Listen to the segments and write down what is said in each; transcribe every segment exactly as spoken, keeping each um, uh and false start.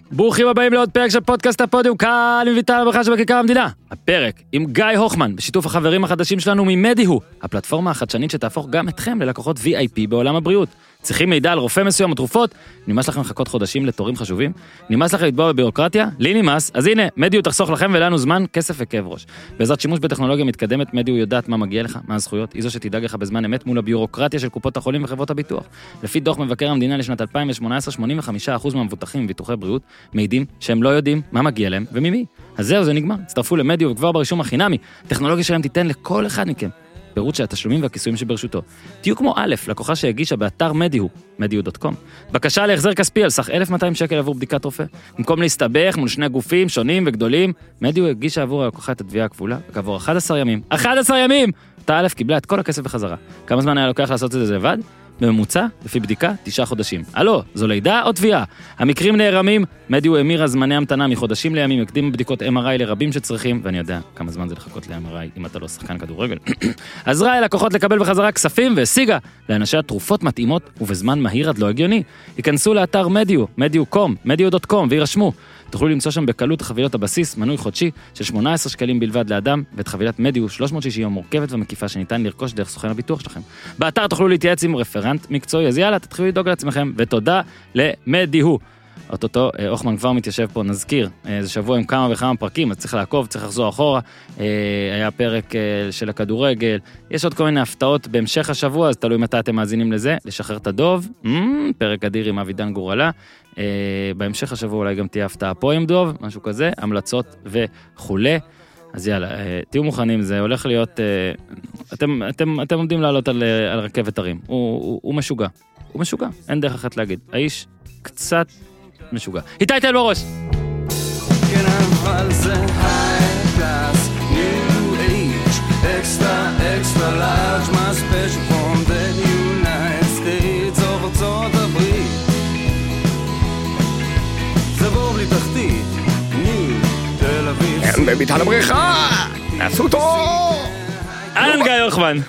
ברוכים הבאים לעוד פרק של פודקאסט הפודיום, כאן מביטל הברכה שבכיכר המדינה. הפרק עם גיא הוחמן, בשיתוף החברים החדשים שלנו ממדיהו, הפלטפורמה החדשנית שתהפוך גם אתכם ללקוחות וי איי פי בעולם הבריאות. צריכים מידע על רופא מסוים או תרופות? נמאס לכם לחכות חודשים לתורים חשובים? נמאס לכם לתבוע בבירוקרטיה? לי נמאס, אז הנה, מדיהו תחסוך לכם ולנו זמן, כסף וכאב ראש. בעזרת שימוש בטכנולוגיה מתקדמת, מדיהו יודעת מה מגיע לך, מה הזכויות, היא זו שתדאג לך בזמן אמת מול הביורוקרטיה של קופות החולים וחברות הביטוח. לפי דוח מבקר המדינה לשנת אלפיים ושמונה עשרה, שמונים וחמישה אחוז מהמבוטחים בביטוחי בריאות מעידים שהם לא יודעים מה מגיע להם וממי. אז זהו, זה נגמר. הצטרפו למדיהו וכבר ברישום החינמי, טכנולוגיה שלהם תיתן לכל אחד מכם פירוט של התשלומים והכיסויים שברשותו. תהיו כמו א', לקוחה שהגישה באתר מדיהו, מדיהו דוט קום. בקשה להחזר כספי על סך אלף ומאתיים שקל עבור בדיקת רופא. במקום להסתבך מול שני גופים שונים וגדולים, מדיהו הגישה עבור הלקוחה את התביעה הכפולה, וכעבור אחד עשר ימים, אחד עשר ימים! אותה א' קיבלה את כל הכסף בחזרה. כמה זמן היה לוקח לעשות את זה לבד? בממוצע, לפי בדיקה, תשעה חודשים. הלו, זו לידה או תביעה? המקרים נערמים, מדיהו המירה זמני המתנה מחודשים לימים, הקדים בדיקות אם אר איי לרבים שצריכים, ואני יודע כמה זמן זה לחכות ל-אם אר איי אם אתה לא שחקן כדורגל. עזרה אל לקוחות לקבל בחזרה כספים והשיגה לאנשי התרופות מתאימות ובזמן מהיר עד לא הגיוני. ייכנסו לאתר מדיהו, מדיהו דוט קום, מדיהו דוט קום וירשמו. תוכלו למצוא שם בקלות חבילות הבסיס, מנוי חודשי של שמונה עשרה שקלים בלבד לאדם, ואת חבילת מדיהו שלוש מאות שישים מורכבת ומקיפה שניתן לרכוש דרך סוכן הביטוח שלכם. באתר תוכלו להתייעץ עם רפרנט מקצועי, אז יאללה, תתחילו לדאוג לעצמכם, ותודה למדיהו. אוטוטו, הוחמן כבר מתיישב פה, נזכיר, זה שבוע עם כמה וכמה פרקים, אז צריך לעקוב, צריך לחזור אחורה, היה פרק של הכדורגל, יש עוד כל מיני הפתעות בהמשך השבוע, אז תלוי מתי אתם מאזינים לזה, לשחרר את הדוב, פרק אדיר עם אבידן גורלה, בהמשך השבוע אולי גם תהיה הפתעה פה עם דוב, משהו כזה, המלצות וכולי, אז יאללה, תהיו מוכנים, זה הולך להיות, אתם, אתם, אתם עומדים לעלות על, על רכבת הרים, הוא, הוא, הוא משוגע, הוא משוגע, אין דרך אחת להגיד, האיש קצת משוגע. איתי תל בראש. כן, אבל זה high class, new age, extra, extra large, my special from the United States of ארצות הברית. זה בור בלי תחתית, ניו, תל אביב. כן, בביטל הבריכה, נעשו טוב. אהלן גיא הוחמן.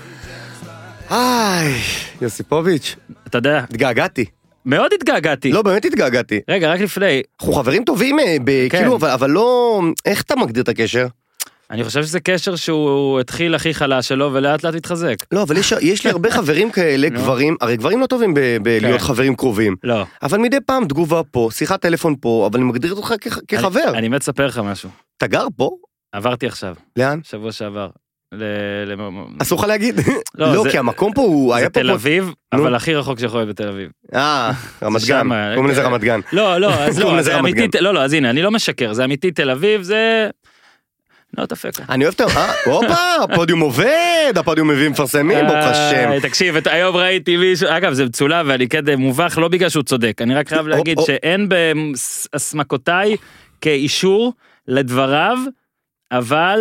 היי, יוסיפוביץ'. אתה יודע. התגעגעתי. מאוד התגעגעתי. לא, באמת התגעגעתי. רגע, רק לפני. אנחנו חברים טובים, כאילו, אבל, אבל לא... איך אתה מגדיר את הקשר? אני חושב שזה קשר שהוא התחיל הכי חלש שלו, ולאט לאט מתחזק. לא, אבל יש, יש לי הרבה חברים כאלה, גברים, הרי גברים לא טובים בלהיות חברים קרובים. לא. אבל מדי פעם תגובה פה, שיחת טלפון פה, אבל אני מגדיר אותך כחבר. אני, אני מצפר לך משהו. אתה גר פה? עברתי עכשיו. לאן? שבוע שעבר. אסור לך להגיד? לא, כי המקום פה הוא היה פה... זה תל אביב, אבל הכי רחוק שיכול להיות בתל אביב. אה, רמת גן, קוראים לזה רמת גן. לא, לא, אז לא, זה אמיתי, לא, לא, אז הנה, אני לא משקר, זה אמיתי תל אביב, זה... לא תפקה. אני אוהב את... הופה, הפודיום עובד, הפודיום מביא מפרסמים, ברוך השם. תקשיב, היום ראיתי מישהו, אגב, זה מצולב, ואני כדי מובך, לא בגלל שהוא צודק, אני רק חייב להגיד שאין בהסמכותיי כאישור לדבריו, אבל...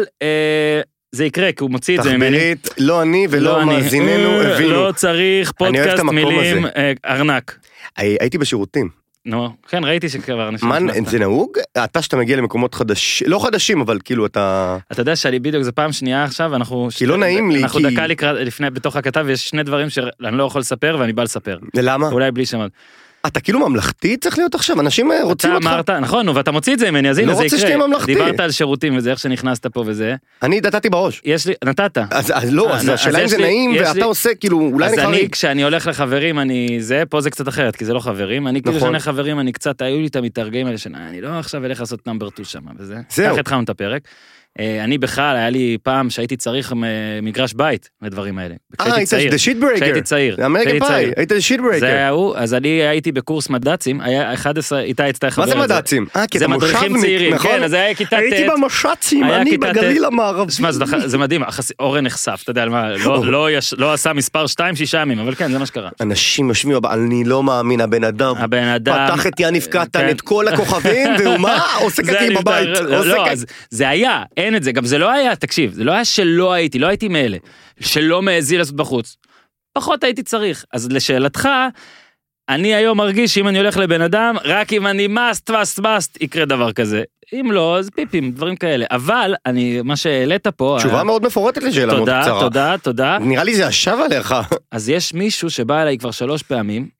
זה יקרה, כי הוא מוציא את זה ממני. תחברית, לא אני ולא מאזיננו הבינו. לא צריך פודקאסט מילים ארנק. הייתי בשירותים. נו, כן, ראיתי שכבר אנשים... מה, זה נהוג? אתה שאתה מגיע למקומות חדשים, לא חדשים, אבל כאילו אתה... אתה יודע שאני בדיוק, זה פעם שנייה עכשיו, ואנחנו... כי לא נעים לי, אנחנו דקה לפני, בתוך הכתב, ויש שני דברים שאני לא יכול לספר, ואני בא לספר. למה? אולי בלי שמות. אתה כאילו ממלכתי צריך להיות עכשיו, אנשים רוצים אותך. אתה אמרת, נכון, ואתה מוציא את זה ממני, אז הנה זה יקרה. לא רוצה שתהיה ממלכתי. דיברת על שירותים וזה, איך שנכנסת פה וזה. אני נתתי בראש. יש לי, נתת. אז לא, אז השאלה אם זה נעים, ואתה עושה, כאילו, אולי נקרא... אז אני, כשאני הולך לחברים, אני זה, פה זה קצת אחרת, כי זה לא חברים, אני כאילו שאני חברים, אני קצת, היו לי את המתרגעים האלה, שאני לא עכשיו אלך לעשות נאמבר טו שם, וזה. זהו. כך התחלנו את הפרק. אני בכלל, היה לי פעם שהייתי צריך מגרש בית לדברים האלה. אה, היית the shit breaker. כשהייתי צעיר. אמריקה פאי, היית the shit breaker. זה הוא, אז אני הייתי בקורס מדצים, היה אחד עשר, איתה הצטרך חבר את זה. מה זה מדצים? אה, כי זה מדריכים צעירים, כן, אז היה כיתה ט'. הייתי במשצים, אני בגליל המערבי. שמע, זה מדהים, אורן נחשף, אתה יודע על מה, לא עשה מספר שתיים, שישה ימים, אבל כן, זה מה שקרה. אנשים יושבים, אני לא מאמין, הבן אדם, פתח את יניב קטן, את כל הכוכבים, והוא מה? עושה קטיר בבית. לא, אז זה היה, אין את זה, גם זה לא היה, תקשיב, זה לא היה שלא הייתי, לא הייתי מאלה, שלא מעזי לעשות בחוץ. פחות הייתי צריך. אז לשאלתך, אני היום מרגיש שאם אני הולך לבן אדם, רק אם אני מאסט, מאסט, מאסט, יקרה דבר כזה. אם לא, אז פיפים, דברים כאלה. אבל, אני, מה שהעלית פה... תשובה מאוד מפורטת לשאלה מאוד קצרה. תודה, תודה, תודה. נראה לי זה השב עליך. אז יש מישהו שבא אליי כבר שלוש פעמים,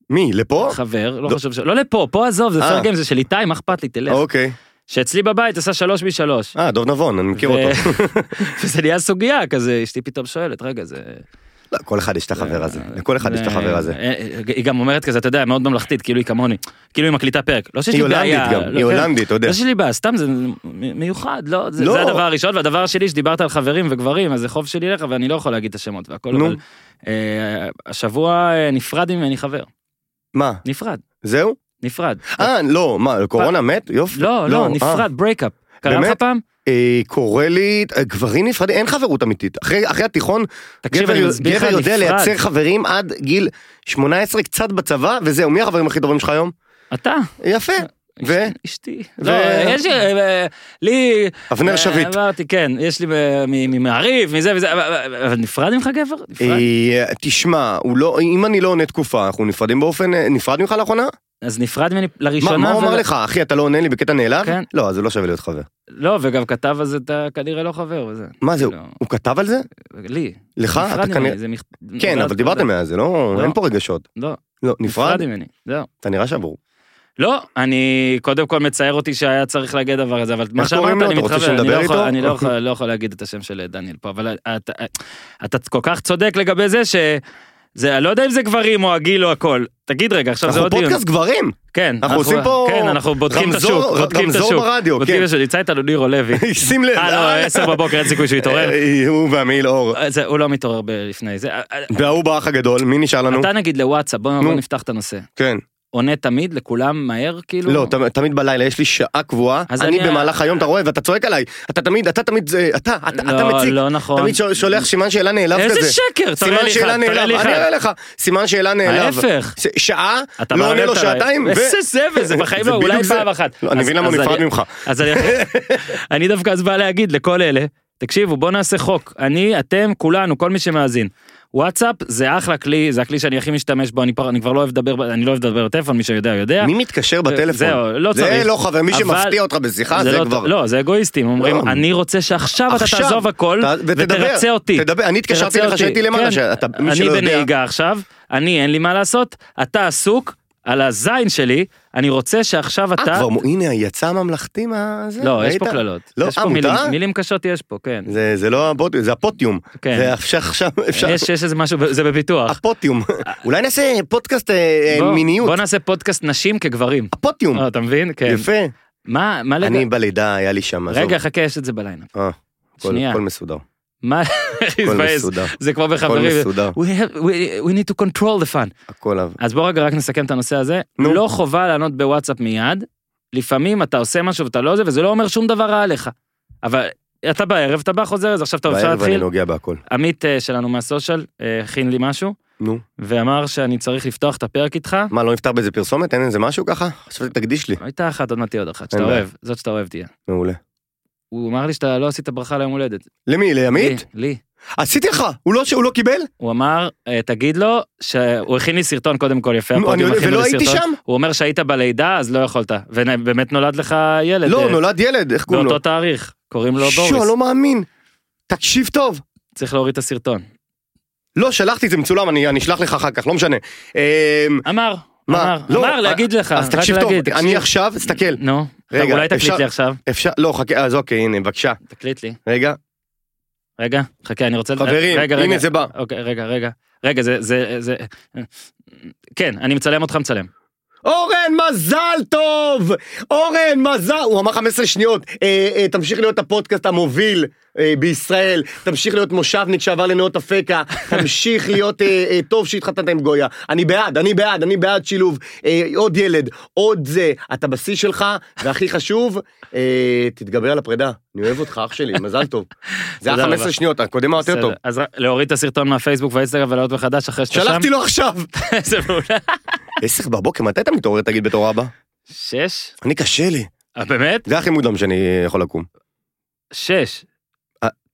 מי, לפה? חבר, לא חושב ש... לא לפה, פה עזוב, זה פרגם, זה של איתי, מה אכפת לי, תלך. אוקיי. שאצלי בבית עשה שלוש משלוש. אה, דוב נבון, אני מכיר אותו. וזה נהיה סוגיה כזה, אשתי פתאום שואלת, רגע, זה... לא, כל אחד יש את החבר הזה, לכל אחד יש את החבר הזה. היא גם אומרת כזה, אתה יודע, מאוד ממלכתית, כאילו היא כמוני, כאילו היא מקליטה פרק. לא שיש לי בעיה. היא הולנדית גם, היא הולנדית, אתה יודע. לא שיש לי בעיה, סתם זה מיוחד, לא, זה הדבר הראשון, והדבר השני שדיברת על חברים וגברים, אז זה חוב שלי לך, ואני לא יכול להגיד את השמות והכל, אבל השבוע נפרד ממני חבר. מה? נפרד. זהו? נפרד. אה, לא, מה, קורונה מת? יופי. לא, לא, נפרד, break-up. קרה לך פעם? קורא לי, גברים נפרדים, אין חברות אמיתית. אחרי התיכון, גבר יודע לייצר חברים עד גיל שמונה עשרה, קצת בצבא, וזהו, מי החברים הכי טובים שלך היום? אתה. יפה. ו? אשתי. לא, יש לי... אבנר שביט. אמרתי, כן, יש לי ממעריב, מזה וזה, אבל נפרד ממך גבר? תשמע, אם אני לא עונה תקופה, אנחנו נפרדים באופן, נפרד ממך לאחרונה? אז נפרד ממני לראשונה. מה הוא אמר לך? אחי, אתה לא עונה לי בקטע נעלב? כן. לא, אז זה לא שווה להיות חבר. לא, וגם כתב על זה, אתה כנראה לא חבר. מה זה, הוא כתב על זה? לי. לך? כן, אבל דיברתם מאז, זה לא, אין פה רגשות. לא. לא, נפרד? ממני, זהו. אתה נראה שבור. לא, אני קודם כל מצייר אותי שהיה צריך להגיד דבר הזה, אבל מה שאמרת אני מתחבר, אני לא יכול להגיד את השם של דניאל פה, אבל אתה כל כך צודק לגבי זה ש... זה, לא יודע אם זה גברים או הגיל או הכל. תגיד רגע, עכשיו זה עוד דיון. אנחנו פודקאסט גברים. כן. אנחנו עושים פה... כן, אנחנו בודקים את השוק. רמזור ברדיו, כן. יצא איתנו ניר לוי. שים לב. אה, לא, עשר בבוקר, אין סיכוי שהוא יתעורר. הוא והמעיל אור. הוא לא מתעורר לפני זה. והוא באח הגדול, מי נשאר לנו? אתה נגיד לוואטסאפ, בוא נפתח את הנושא. כן. עונה תמיד לכולם מהר כאילו? לא, תמיד בלילה, יש לי שעה קבועה, אני במהלך היום, אתה רואה, ואתה צועק עליי, אתה תמיד, אתה תמיד, אתה, אתה מציק, לא נכון. תמיד שולח סימן שאלה נעלב כזה. איזה שקר, סימן שאלה נעלב, אני אראה לך, סימן שאלה נעלב. ההפך. שעה, לא עונה לו שעתיים. איזה סבל, זה בחיים לא, אולי פעם אחת. אני מבין למה נפרד ממך. אז אני דווקא אז בא להגיד לכל אלה, תקשיבו, בוא נעשה חוק, אני, אתם, כולנו, כל מי שמאזין. וואטסאפ זה אחלה כלי, זה הכלי שאני הכי משתמש בו, אני, פר, אני כבר לא אוהב לדבר, אני לא אוהב לדבר בטלפון, מי שיודע יודע. מי מתקשר בטלפון? זהו, לא צריך. זה לא חבר, מי שמפתיע אותך בשיחה, זה, זה לא, כבר... לא, זה אגואיסטים, אומרים, לא. אני רוצה שעכשיו אתה תעזוב הכל, ותרצה אותי. תדבר, אני התקשרתי לך שהייתי למעלה, שאתה, מי שלא יודע. אני בנהיגה עכשיו, אני אין לי מה לעשות, אתה עסוק, על הזין שלי, אני רוצה שעכשיו אתה... אה, כבר, הנה, יצא ממלכתי מה זה? לא, יש פה כללות. לא, יש פה מילים קשות יש פה, כן. זה לא הפוטיום, זה הפוטיום. כן. יש איזה משהו, זה בפיתוח. הפוטיום. אולי נעשה פודקאסט מיניות. בוא נעשה פודקאסט נשים כגברים. הפוטיום. אתה מבין? כן. יפה. מה, מה לגע? אני בלידה, היה לי שם. רגע, חכה, יש את זה בליינאפ. אה, הכל מסודר. מה? זה כבר בחברים. We need to control the fun. הכל עב. אז בוא רגע רק נסכם את הנושא הזה. לא חובה לענות בוואטסאפ מיד. לפעמים אתה עושה משהו ואתה לא זה, וזה לא אומר שום דבר רע עליך. אבל אתה בערב, אתה בא חוזר, אז עכשיו אתה רוצה להתחיל. בערב אני נוגע בהכל. עמית שלנו מהסושיאל הכין לי משהו. נו. ואמר שאני צריך לפתוח את הפרק איתך. מה, לא נפתח באיזה פרסומת? אין איזה משהו ככה? עכשיו תקדיש לי. הייתה אחת, עוד מעטי עוד אחת, שאתה אוהב. זאת שאתה אוהב תהיה. מעולה. הוא אמר לי שאתה לא עשית ברכה ליום הולדת. למי? לימית? לי. עשיתי לך, הוא לא, הוא לא קיבל? הוא אמר, תגיד לו, שהוא הכין לי סרטון קודם כל יפה, ולא הייתי שם? הוא אומר שהיית בלידה, אז לא יכולת, ובאמת נולד לך ילד. לא, נולד ילד, איך קוראים לו? באותו תאריך, קוראים לו בוריס. שו, לא מאמין. תקשיב טוב. צריך להוריד את הסרטון. לא, שלחתי את זה מצולם, אני אשלח לך אחר כך, לא משנה. אמר, אמר, אמר להגיד לך, אז תקשיב טוב, אני עכשיו, תסתכל. נו, אולי תקליט לי עכשיו. אפשר, לא, חכה, אז אוקיי, הנה, בבקשה. תקליט לי. רגע. רגע, חכה, אני רוצה... חברים, הנה זה בא. אוקיי, רגע, רגע. רגע, זה, זה, זה... כן, אני מצלם אותך, מצלם. אורן, מזל טוב! אורן, מזל! הוא אמר חמש עשרה שניות. אה, אה, תמשיך להיות הפודקאסט המוביל אה, בישראל. תמשיך להיות מושבניק שעבר לנאות אפקה. תמשיך להיות אה, אה, טוב שהתחתנת עם גויה. אני בעד, אני בעד, אני בעד שילוב. אה, עוד ילד, עוד זה. אתה בשיא שלך, והכי חשוב, אה, תתגבר על הפרידה. אני אוהב אותך, אח שלי, מזל טוב. זה היה חמש עשרה שניות, הקודם מה יותר טוב. אז להוריד את הסרטון מהפייסבוק והאינסטגרם ולהיות מחדש אחרי שאתה שם. שלחתי לו עכשיו. זה מעולה. עשר בבוקר, מתי אתה מתעורר, תגיד בתור אבא? שש? אני קשה לי. באמת? זה הכי מודלם שאני יכול לקום. שש.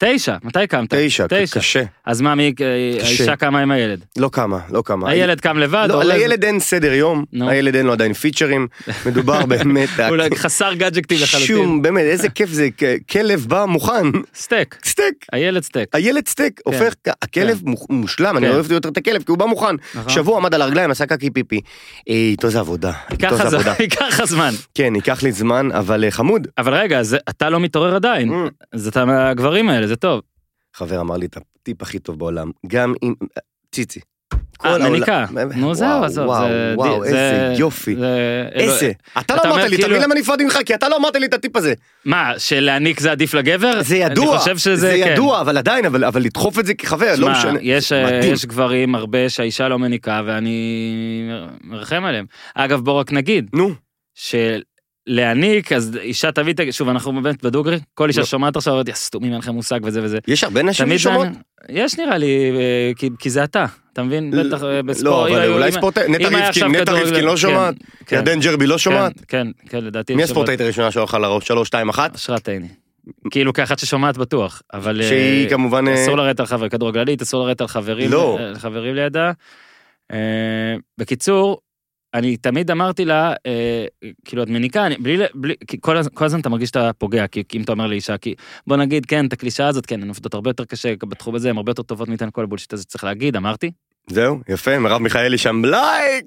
תשע, מתי קמת? תשע, קשה. אז מה, האישה קמה עם הילד? לא קמה, לא קמה. הילד קם לבד? לא, לילד אין סדר יום, הילד אין לו עדיין פיצ'רים, מדובר באמת... אולי חסר גאדג'קטיב לחלוטין. שום, באמת, איזה כיף זה, כלב בא מוכן. סטייק. סטייק. הילד סטייק. הילד סטייק, הופך, הכלב מושלם, אני אוהב יותר את הכלב, כי הוא בא מוכן. שבוע עמד על הרגליים, עשה קקי פיפי. איתו זה עבודה. ייקח הזמן. כן, ייקח לי זמן, אבל חמוד. אבל רגע, אתה לא מתעורר עדיין. אז אתה מהגברים האלה, זה טוב. חבר אמר לי את הטיפ הכי טוב בעולם, גם עם ציצי. אה, מניקה. נו זהו, עזוב. וואו, וואו, איזה יופי. איזה. אתה לא אמרת לי, תמיד למה נפרד ממך, כי אתה לא אמרת לי את הטיפ הזה. מה, שלהעניק זה עדיף לגבר? זה ידוע, זה ידוע, אבל עדיין, אבל לדחוף את זה כחבר, לא משנה. יש גברים הרבה שהאישה לא מניקה, ואני מרחם עליהם. אגב, בוא רק נגיד. נו. של... להעניק, אז אישה תביא, שוב, אנחנו באמת בדוגרי, כל אישה שומעת עכשיו, אומרת, סתומים, אין לכם מושג וזה וזה. יש הרבה נשים ששומעות? יש נראה לי, כי זה אתה, אתה מבין? בטח בספורט. לא, אבל אולי ספורטאי, נטע ריבקין, נטע ריבקין לא שומעת? ירדן ג'רבי לא שומעת? כן, כן, לדעתי. מי הספורטאית הראשונה שהולכה לראש? שלוש, שתיים, אחת? אשרת עיני. כאילו כאחת ששומעת בטוח, אבל... שהיא כמובן... אסור לרדת על חבר, כדורגלנית, אסור לרדת על חברים לידה. בקיצור, אני תמיד אמרתי לה, אה, כאילו את מניקה, אני, בלי, בלי, כל, כל הזמן אתה מרגיש שאתה פוגע, כי, כי אם אתה אומר לאישה, כי בוא נגיד, כן, את הקלישה הזאת, כן, הן עובדות הרבה יותר קשה, בתחום הזה, הן הרבה יותר טובות מאיתן כל הבולשיט הזה, צריך להגיד, אמרתי. זהו, יפה, מרב מיכאלי שם, לייק!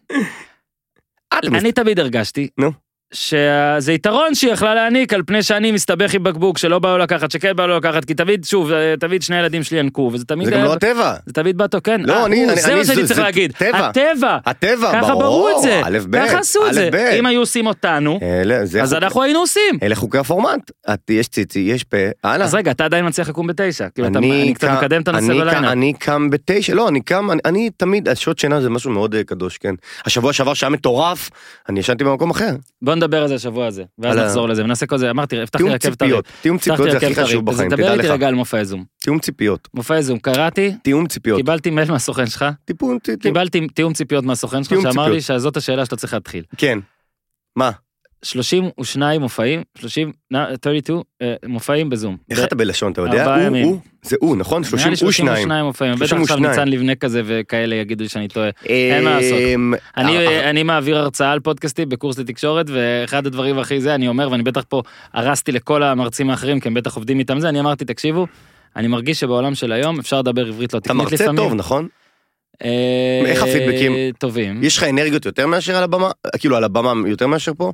אני תמיד הרגשתי, נו. שזה יתרון שהיא יכלה להעניק על פני שאני מסתבך עם בקבוק שלא באו לקחת, שכן באו לקחת, כי תמיד, שוב, תמיד שני ילדים שלי ינקו, וזה תמיד... זה גם לא הטבע. זה תמיד בא כן. לא, אני... זה מה שאני צריך להגיד. הטבע. הטבע, ככה בראו את זה. ככה עשו את זה. אם היו עושים אותנו, אז אנחנו היינו עושים. אלה חוקי הפורמט. יש ציצי, יש פה, הלאה. אז רגע, אתה עדיין מצליח לקום בתשע. אני קצת מקדם את הנושא בלילה. אני קם בתשע, לא, אני קם, אני תמיד, השעות שינה זה משהו מאוד קדוש, כן. השבוע שעבר שהיה מטורף, אני ישנתי במקום אחר. בוא נדבר על זה השבוע הזה, ואז נחזור לזה, ונעשה כל זה, אמרתי, הבטחתי רכבת הרי. תיאום ציפיות זה הכי חשוב בחיים, תדע לך. תדבר איתי רגע על מופע זום. תיאום ציפיות. מופע זום, קראתי, תיאום ציפיות. קיבלתי מייל מהסוכן שלך, קיבלתי תיאום ציפיות מהסוכן שלך, שאמר לי שזאת השאלה שאתה צריך להתחיל. כן. מה? שלושים ושניים מופעים, שלושים, שלושים ושתיים מופעים בזום. איך אתה בלשון, אתה יודע? הוא, הוא, זה הוא, נכון? שלושים ושניים. שלושים ושניים מופעים, בטח עכשיו ניצן לבנה כזה וכאלה יגידו לי שאני טועה. אין מה לעשות. אני מעביר הרצאה על פודקאסטים בקורס לתקשורת, ואחד הדברים הכי זה, אני אומר, ואני בטח פה הרסתי לכל המרצים האחרים, כי הם בטח עובדים איתם זה, אני אמרתי, תקשיבו, אני מרגיש שבעולם של היום אפשר לדבר עברית לא תקנית לפעמים. אתה מרצה טוב, נכון? איך הפידבקים? טובים. יש לך אנרגיות יותר מאשר על הבמה? כאילו על הבמה יותר מאשר פה?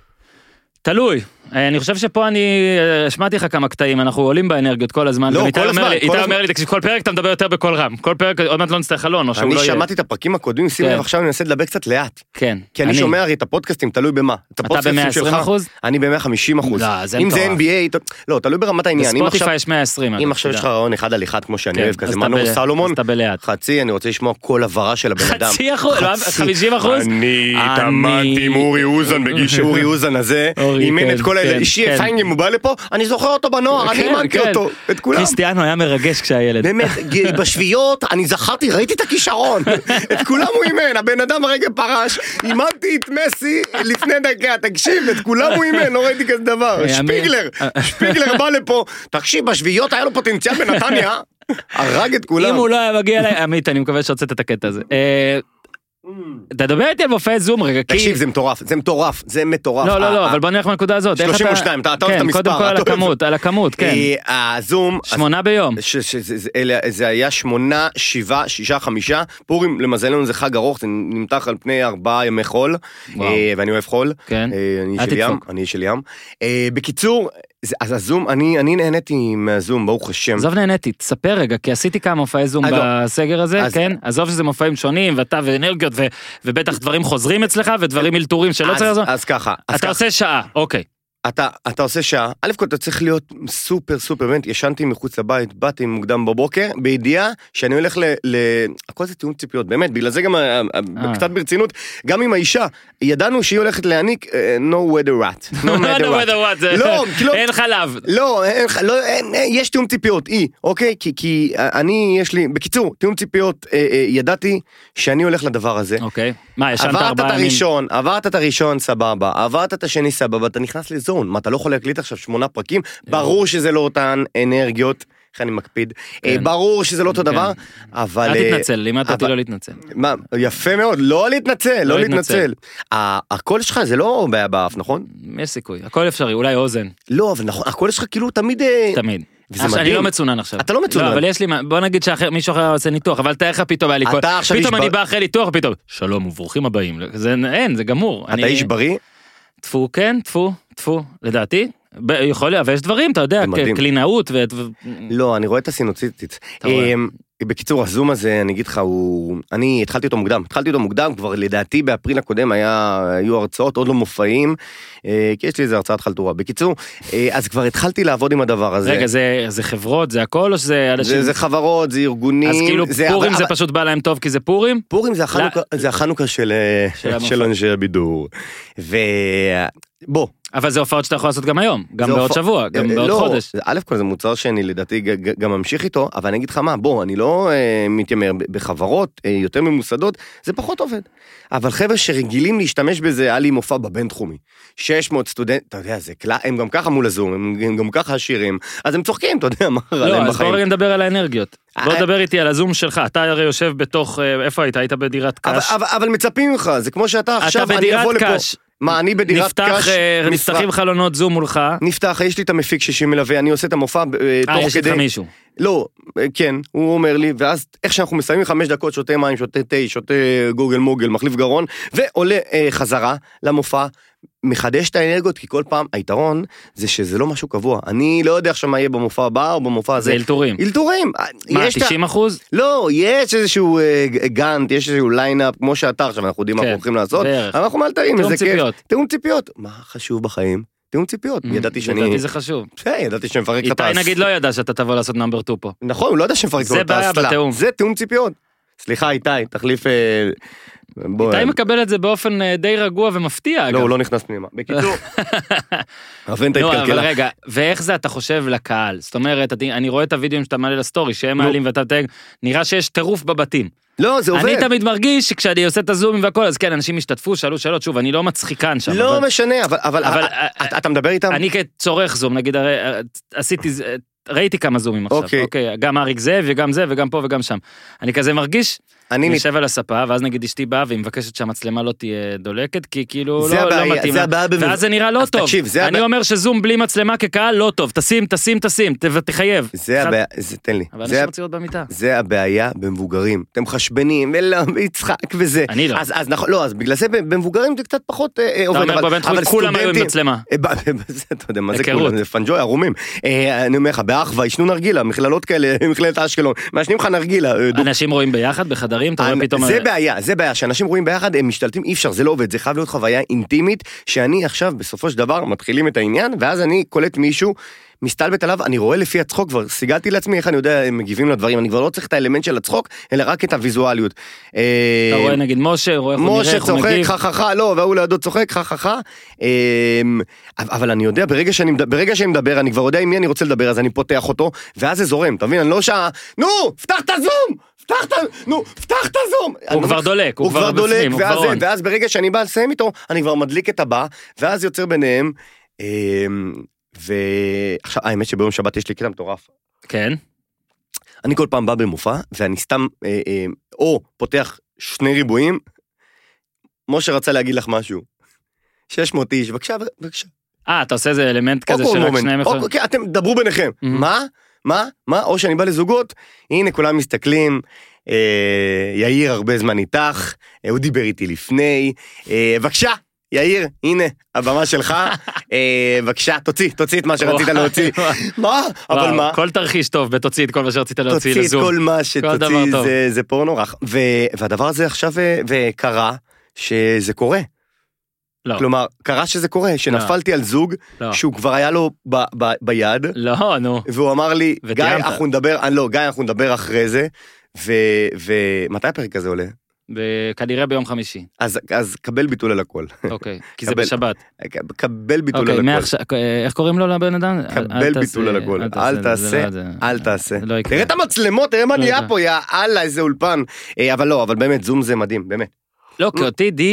תלוי, אני חושב שפה אני שמעתי לך כמה קטעים, אנחנו עולים באנרגיות כל הזמן. לא, כל הזמן. איתה אומר לי, תקשיב, כל פרק אתה מדבר יותר בקול רם, כל פרק עוד מעט לא נצטרך חלון, או שהוא לא יהיה. אני שמעתי את הפרקים הקודמים, שים לב עכשיו אני מנסה לדבר קצת לאט. כן. כי אני שומע הרי את הפודקאסטים, תלוי במה. אתה ב-מאה ועשרים אחוז? אני ב-מאה וחמישים אחוז. אם זה אן בי איי, לא, תלוי ברמת העניין. בספוטיפיי יש מאה ועשרים. אם עכשיו יש לך רעיון אחד על אחד כמו שאני אוהב, כזה מנור סלומון, חצי, אני רוצה לשמוע כל הברה של הבן אדם. חצי אחוז, חמישים אחוז? אני התאמנתי עם אורי אוזן, בגיל שאורי אוזן הזה, אימן את כל האלה, אישי פיינגים, הוא בא לפה, אני זוכר אותו בנוער, אני אימנתי אותו, את כולם. קריסטיאנו היה מרגש כשהילד. באמת, בשביעות, אני זכרתי, ראיתי את הכישרון, את כולם הוא אימן, הבן אדם הרגע פרש, אימנתי את מסי לפני דקה, תקשיב, את כולם הוא אימן, לא ראיתי כזה דבר, שפיגלר, שפיגלר בא לפה, תקשיב, בשביעות היה לו פוטנציאל בנתניה, הרג את כולם. אם הוא לא היה מגיע אליי, עמית, אני מקווה שהוצאת את הקטע הזה. תדבר איתי על מופעי זום רגע, תקשיב, זה מטורף, זה מטורף, זה מטורף. לא, לא, לא, אבל בוא נלך מהנקודה הזאת. שלושים ושתיים, אתה אוהב את המספר. קודם כל על הכמות, על הכמות, כן. הזום. שמונה ביום. זה היה שמונה, שבעה, שישה, חמישה. פורים, למזלנו זה חג ארוך, זה נמתח על פני ארבעה ימי חול, ואני אוהב חול. כן. אני של ים, אני של ים. בקיצור, אז הזום, אני, אני נהניתי מהזום, ברוך השם. עזוב נהניתי, תספר רגע, כי עשיתי כמה מופעי זום בסגר הזה, כן? עזוב שזה מופעים שונים, ואתה ואנרגיות, ובטח דברים חוזרים אצלך, ודברים מלתורים שלא צריך לעזור. אז ככה. אתה עושה שעה, אוקיי. אתה, אתה עושה שעה, א' כל אתה צריך להיות סופר סופר, באמת, ישנתי מחוץ לבית, באתי מוקדם בבוקר, בידיעה שאני הולך ל... ל... הכל זה טיעון ציפיות, באמת, בגלל זה גם קצת ברצינות, גם עם האישה, ידענו שהיא הולכת להעניק no weather rat, no matter what, לא, אין חלב. לא, יש טיעון ציפיות, אי, אוקיי? כי אני, יש לי, בקיצור, טיעון ציפיות, ידעתי שאני הולך לדבר הזה. אוקיי, מה, ישנת ארבעה ימים? עברת את הראשון, עברת את הראשון, סבבה, עברת את השני, סבבה, אתה נכנס לז זון, מה, אתה לא יכול להקליט עכשיו שמונה פרקים, ברור שזה לא אותן אנרגיות, איך אני מקפיד, ברור שזה לא אותו דבר, אבל... אל תתנצל, לימדת אותי לא להתנצל. מה, יפה מאוד, לא להתנצל, לא להתנצל. הקול שלך זה לא בעיה באף, נכון? יש סיכוי, הכל אפשרי, אולי אוזן. לא, אבל נכון, הקול שלך כאילו תמיד... תמיד. אני לא מצונן עכשיו. אתה לא מצונן. לא, אבל יש לי, בוא נגיד שמישהו אחר עושה ניתוח, אבל תאר לך פתאום, פתאום אני בא אחרי ניתוח, פתאום, שלום וברוכים הבאים. אין, זה גמור. אתה איש בריא? תפו, כן, תפו, תפו, לדעתי. יכול להיות, אבל יש דברים, אתה יודע, קלינאות ו... לא, אני רואה את הסינוציטית. בקיצור, הזום הזה, אני אגיד לך, הוא... אני התחלתי אותו מוקדם, התחלתי אותו מוקדם, כבר לדעתי באפריל הקודם היו הרצאות, עוד לא מופעים, כי יש לי איזה הרצאת חלטורה. בקיצור, אז כבר התחלתי לעבוד עם הדבר הזה. רגע, זה חברות, זה הכל, או שזה אנשים? זה חברות, זה ארגונים. אז כאילו פורים זה פשוט בא להם טוב, כי זה פורים? פורים זה החנוכה של אנשי הבידור. ובוא. אבל זה הופעות שאתה יכול לעשות גם היום, גם בעוד שבוע, גם בעוד חודש. א' כל זה מוצר שאני לדעתי גם ממשיך איתו, אבל אני אגיד לך מה, בוא, אני לא מתיימר בחברות יותר ממוסדות, זה פחות עובד. אבל חבר'ה שרגילים להשתמש בזה, היה לי מופע בבין תחומי. שש מאות סטודנט, אתה יודע, הם גם ככה מול הזום, הם גם ככה עשירים, אז הם צוחקים, אתה יודע, מה רע להם בחיים. לא, אז בוא רגע נדבר על האנרגיות. בוא נדבר איתי על הזום שלך, אתה הרי יושב בתוך, איפה היית? היית בדירת קש. אבל מצפים ממך, זה כמו שאתה עכשיו, אני אבוא לפה. מה, אני בדירת קש... נפתחים חלונות זום מולך. נפתח, יש לי את המפיק ששמלווה, אני עושה את המופע תוך כדי... אה, יש לך מישהו. לא, כן, הוא אומר לי, ואז איך שאנחנו מסיימים חמש דקות, שותה מים, שותה תה, שותה גוגל מוגל, מחליף גרון, ועולה חזרה למופע, מחדש את האנרגיות, כי כל פעם היתרון זה שזה לא משהו קבוע. אני לא יודע עכשיו מה יהיה במופע הבא או במופע הזה. זה אלתורים. אלתורים. מה, תשעים אחוז? לא, יש איזשהו גאנט, יש איזשהו ליינאפ, כמו שאתה עכשיו, אנחנו יודעים מה אנחנו הולכים לעשות. אנחנו מאלתרים, תאום ציפיות. תאום ציפיות. מה חשוב בחיים? תאום ציפיות. ידעתי שאני... ידעתי זה חשוב. ידעתי שמפרק לך את איתי נגיד לא ידע שאתה תבוא לעשות נאמבר טו פה. נכון, הוא לא ידע שמפרק לך את האסלה. זה תאום ציפיות. סליחה, איתי, תחליף... איתי מקבל את זה באופן די רגוע ומפתיע. לא, הוא לא נכנס פנימה. בקיצור, הוונטה התקלקלה. אבל רגע, ואיך זה אתה חושב לקהל? זאת אומרת, אני רואה את הוידאוים שאתה מעלה לסטורי, שהם מעלים ואתה תג, נראה שיש טירוף בבתים. לא, זה עובד. אני תמיד מרגיש שכשאני עושה את הזומים והכל, אז כן, אנשים השתתפו, שאלו שאלות, שוב, אני לא מצחיקן שם. לא משנה, אבל אתה מדבר איתם? אני כצורך זום, נגיד, עשיתי... ראיתי כמה זומים עכשיו, אוקיי. אוקיי, גם אריק זה וגם זה וגם פה וגם שם. אני כזה מרגיש, אני יושב על הספה, ואז נגיד אשתי באה והיא מבקשת שהמצלמה לא תהיה דולקת, כי כאילו לא, לא מתאים לה, ואז זה נראה לא טוב. תקשיב, אני הבא... אומר שזום בלי מצלמה כקהל לא טוב, תשים, תשים, תשים, תחייב. זה הבעיה, זה, תן לי. אבל אנשים רוצים להיות במיטה. זה הבעיה במבוגרים, אתם חשבנים, ולא, ויצחק וזה. אני לא. אז, אז נכון, לא, אז בגלל זה במבוגרים זה קצת פחות אה, עובד, אבל, אבל, אבל כולם היו עם מצלמה. אתה יודע מה זה כולם, זה פנג'וי, ערומים. אני אומר לך, באחווה, ישנו נרגילה, מכללות כאלה, מכללת אשקלון, מאשנים לך נרגילה. אנשים רואים ביחד בחדרים, אתה רואה פתאום... זה בעיה, זה בעיה, שאנשים רואים ביחד, הם משתלטים, אי אפשר, זה לא עובד, זה חייב להיות חוויה אינטימית, שאני עכשיו בסופו של דבר מתחילים את העניין, ואז אני קולט מישהו, מסתלבט עליו, אני רואה לפי הצחוק, כבר סיגלתי לעצמי איך אני יודע, הם מגיבים לדברים, אני כבר לא צריך את האלמנט של הצחוק, אלא רק את הוויזואליות. אתה רואה נגיד משה, רואה איך הוא נראה, איך הוא מגיב. משה צוחק, חככה, לא, והוא לידו צוחק, חככה, אבל אני יודע, ברגע שאני, ברגע שאני מדבר, אני כבר יודע עם מי אני רוצה לדבר, אז אני פותח אותו, ואז זה זורם, אתה מבין? אני לא שעה, נו, פתח את הזום! פתח את, נו, פתח את הזום! הוא כבר דולק, הוא כבר בפנים, הוא כבר און. ואז ברגע שאני בא לסיים איתו, אני כבר מדליק את הבא, ואז יוצר ביניהם, ועכשיו, האמת שביום שבת יש לי קטע מטורף. כן. אני כל פעם בא במופע, ואני סתם, אה, אה, או פותח שני ריבועים, משה רצה להגיד לך משהו. שש מאות איש, בבקשה, בבקשה. אה, אתה עושה איזה אלמנט כזה שרק שניהם יכולים. אוקיי, אתם דברו ביניכם. מה? מה? מה? או שאני בא לזוגות, הנה כולם מסתכלים, אה, יאיר הרבה זמן איתך, אה, הוא דיבר איתי לפני, אה, בבקשה. יאיר, הנה, הבמה שלך, בבקשה, תוציא, תוציא את מה שרצית להוציא. מה? אבל מה? כל תרחיש טוב, בתוציא את כל מה שרצית להוציא לזום. תוציא את כל מה שתוציא, זה פורנו רך. והדבר הזה עכשיו קרה, שזה קורה. כלומר, קרה שזה קורה, שנפלתי על זוג, שהוא כבר היה לו ביד. לא, נו. והוא אמר לי, גיא, אנחנו נדבר, לא, גיא, אנחנו נדבר אחרי זה, ומתי הפרק הזה עולה? כנראה ביום חמישי. אז, אז קבל ביטול על הכל. אוקיי, כי זה בשבת. קבל ביטול על הכל. איך קוראים לו לבן אדם? קבל ביטול על הכל. אל תעשה, אל תעשה. תראה את המצלמות, תראה מה נהיה פה, יא אללה, איזה אולפן. אבל לא, אבל באמת, זום זה מדהים, באמת. לא, כי אותי דים,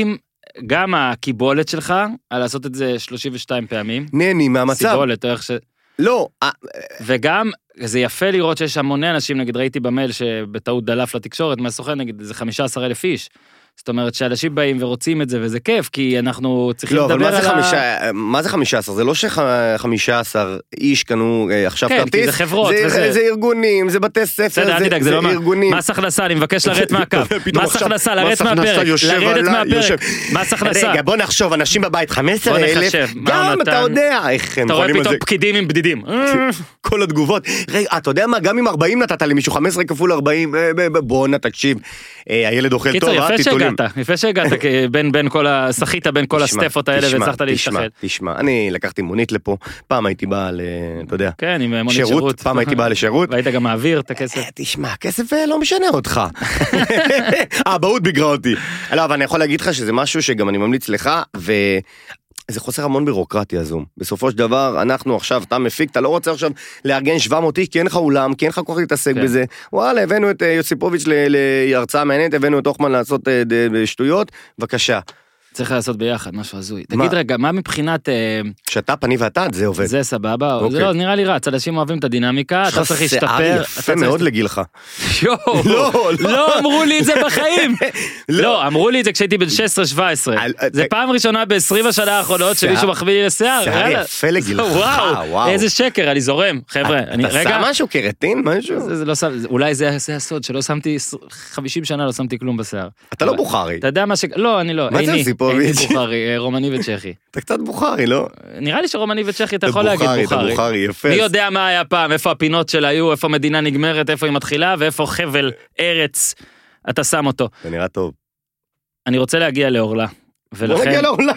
גם הקיבולת שלך, על לעשות את זה שלושים ושתיים פעמים. נהני מהמצב. סיבולת, או איך ש... לא. וגם, זה יפה לראות שיש המוני אנשים, נגיד ראיתי במייל שבטעות דלף לתקשורת, מהסוכן, נגיד, זה חמישה עשר אלף איש. זאת אומרת שאנשים באים ורוצים את זה, וזה כיף, כי אנחנו צריכים לא, לדבר אבל על חמישה, ה... מה זה חמישה עשר? זה לא שחמישה עשר איש קנו עכשיו כן, כרטיס. כי זה חברות. זה, וזה... זה ארגונים, זה בתי ספר, בסדר, זה, זה, זה לא ארגונים. מס הכנסה, אני מבקש לרדת מהקו. מס הכנסה, לרדת מהפרק. לרדת מהפרק. מס הכנסה. רגע, בוא נחשוב, אנשים בבית, חמש עשרה אלף. גם אתה יודע איך הם אתה רואה חולים על פתאום זה. פקידים עם בדידים. כל התגובות. רגע, אתה יודע מה? גם אם ארבעים נתת למישהו, חמש עשרה כפול ארבעים, בוא נא תקשיב. הילד אוכל טוב, יפה שהגעת, יפה שהגעת בין בין כל השחית, בין כל הסטפות האלה, והצלחת להשתחל. תשמע, אני לקחתי מונית לפה, פעם הייתי בא ל... אתה יודע, כן, עם מונית שירות. פעם הייתי בא לשירות. והיית גם מעביר את הכסף. תשמע, הכסף לא משנה אותך. האבהות ביגרה אותי. לא, אבל אני יכול להגיד לך שזה משהו שגם אני ממליץ לך, ו... זה חוסר המון בירוקרטיה זום. בסופו של דבר, אנחנו עכשיו, אתה מפיק, אתה לא רוצה עכשיו לארגן שבע מאות איש, כי אין לך אולם, כי אין לך כוח להתעסק כן. בזה. וואלה, הבאנו את יוסיפוביץ' להרצאה מעניינת, הבאנו את אוחמן לעשות שטויות, בבקשה. צריך לעשות ביחד, משהו הזוי. תגיד רגע, מה מבחינת... שת"פ, אני ואתה, זה עובד. זה סבבה, זה לא, נראה לי רץ, אנשים אוהבים את הדינמיקה, אתה צריך להשתפר. יפה מאוד לגילך. יואו, לא אמרו לי את זה בחיים. לא, אמרו לי את זה כשהייתי בן שש עשרה שבע עשרה. זה פעם ראשונה ב-עשרים השנה האחרונות שמישהו מחביא לי לשיער. שיער יפה לגילך, וואו, איזה שקר, אני זורם, חבר'ה. אתה שם משהו, קרטין, משהו? אולי זה הסוד, שלא שמתי, חמישים שנה לא שמתי כלום בשיער. אתה לא בוכרי. אתה יודע מה ש... לא, אני לא. מה זה סיפוביץ'? בוכרי, רומני וצ'כי. אתה קצת בוכרי, לא? נראה לי שרומני וצ'כי אתה יכול להגיד בוכרי. אתה בוכרי, יפה. מי יודע מה היה פעם, איפה הפינות שלה היו, איפה מדינה נגמרת, איפה היא מתחילה, ואיפה חבל ארץ אתה שם אותו. זה נראה טוב. אני רוצה להגיע לאורלה. בוא נגיע לאורלה.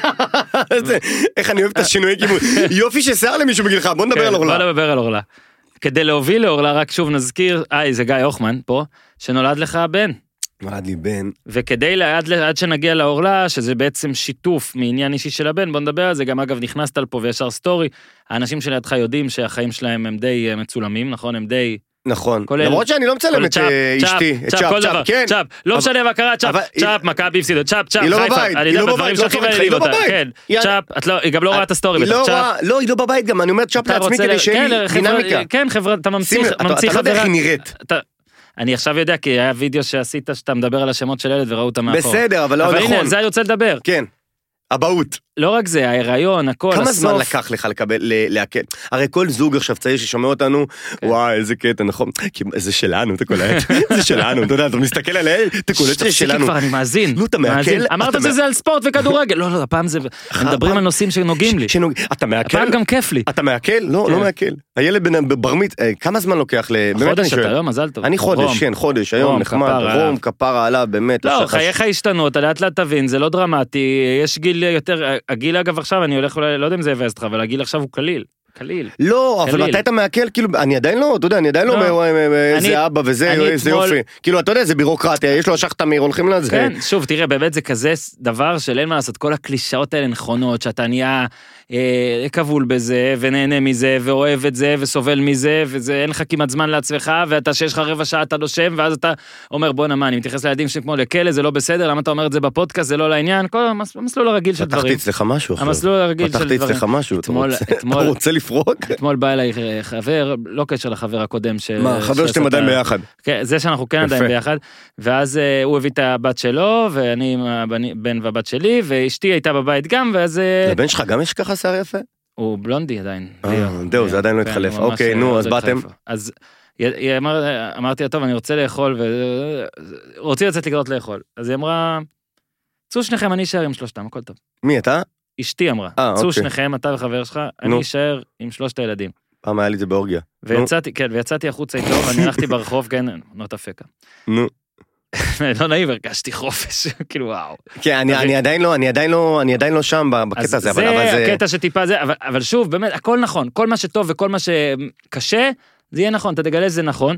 איך אני אוהב את השינוי כיוון. יופי ששיער למישהו בגילך, בוא נדבר על אורלה. בוא נדבר על אורלה. כדי להוביל לאורלה, רק שוב נזכיר, היי, זה גיא הוחמן פה, שנולד לך בן. נולד לי בן. וכדי עד, עד שנגיע לאורלה, שזה בעצם שיתוף מעניין אישי של הבן, בוא נדבר על זה, גם אגב נכנסת לפה וישר סטורי, האנשים שלידך יודעים שהחיים שלהם הם די מצולמים, נכון? הם די... נכון, למרות שאני לא מצלם את אשתי, את צ'אפ, צ'אפ, כן. צ'אפ, לא משנה מה קרה, צ'אפ, צ'אפ, מכבי הפסידו, צ'אפ, צ'אפ, היא לא בבית, היא לא בבית, היא לא בבית, צ'אפ, היא גם לא רואה את הסטורי, לא, היא לא בבית גם, אני אומר צ'אפ לעצמי כדי שיהיה דינמיקה. כן, חבר'ה, אתה ממציא חברה. אתה לא יודע איך היא נראית. אני עכשיו יודע, כי היה וידאו שעשית שאתה מדבר על השמות של ילד וראו אותם מאחור. בסדר, אבל לא נכון. אבל הנה, זה אני רוצה לדבר. כן. אבהות. לא רק זה, ההיריון, הכל, כמה זמן לקח לך לקבל, להקל? הרי כל זוג עכשיו צעיר ששומע אותנו, וואי, איזה קטע, נכון? זה שלנו, אתה קולט, זה שלנו, אתה יודע, אתה מסתכל עליהם, אתה קולט שזה שלנו. כבר, אני מאזין. נו, אתה מעכל? אמרת שזה על ספורט וכדורגל. לא, לא, הפעם זה, מדברים על נושאים שנוגעים לי. אתה מעכל? הפעם גם כיף לי. אתה מעכל? לא, לא מעכל. הילד בברמית, כמה זמן לוקח ל... חודש אתה לא, מזל טוב. אני חודש, כן, חודש, היום נחמד, רום, כפרה עליו, באמת. לא, חייך השתנו, אתה לאט לאט תבין, זה לא דרמטי, יש גיל יותר, הגיל אגב עכשיו, אני הולך, לא יודע אם זה יבאס אותך, אבל הגיל עכשיו הוא קליל. קליל. לא, אבל מתי אתה מעכל, כאילו, אני עדיין לא, אתה יודע, אני עדיין לא אומר, זה אבא וזה, זה יופי. כאילו, אתה יודע, זה בירוקרטיה, יש לו השח תמיר, הולכים לזה. כן, שוב, תראה, באמת זה כזה דבר של אין מה לעשות, כל הקלישאות האלה נכונות, שאתה נהיה כבול בזה, ונהנה מזה, ואוהב את זה, וסובל מזה, ואין לך כמעט זמן לעצמך, ואתה שיש לך רבע שעה, אתה נושם, ואז אתה אומר, בוא נמה, אני מתייחס לילדים שכמו לכלא, זה לא בסדר, למה אתה אומר את זה בפודקאסט, זה לא לעניין, כל המסלול הרגיל של דברים. פתחתי אצלך משהו אחר. המסלול הרגיל של דברים. פתחתי אצלך משהו, אתה רוצה לפרוק? אתמול בא אליי חבר, לא קשר לחבר הקודם. מה, חבר שאתם עדיין ביחד? כן, זה שאנחנו כן עדיין ביחד, ואז הוא הביא את הבת שלו, ואני עם הבן והבת שלי, ואשתי הייתה בבית גם, ואז... לבן שלך גם יש ככה שיער יפה? הוא בלונדי עדיין. זהו, זה עדיין לא התחלף. אוקיי, נו, אז באתם? אז אמרתי, טוב, אני רוצה לאכול, ורוצים לצאת לקנות לאכול. אז היא אמרה, צאו שניכם, אני אשאר עם שלושתם, הכל טוב. מי אתה? אשתי אמרה, צאו שניכם, אתה וחבר שלך, אני אשאר עם שלושת הילדים. פעם היה לי את זה באורגיה. ויצאתי, כן, ויצאתי החוצה איתו, ואני הלכתי ברחוב, כן, נוט אפקה. נו. לא נעים, הרגשתי חופש, כאילו וואו. כן, אני עדיין לא, אני עדיין לא, אני עדיין לא שם בקטע הזה, אבל זה... זה הקטע שטיפה זה, אבל שוב, באמת, הכל נכון, כל מה שטוב וכל מה שקשה, זה יהיה נכון, אתה תגלה שזה נכון.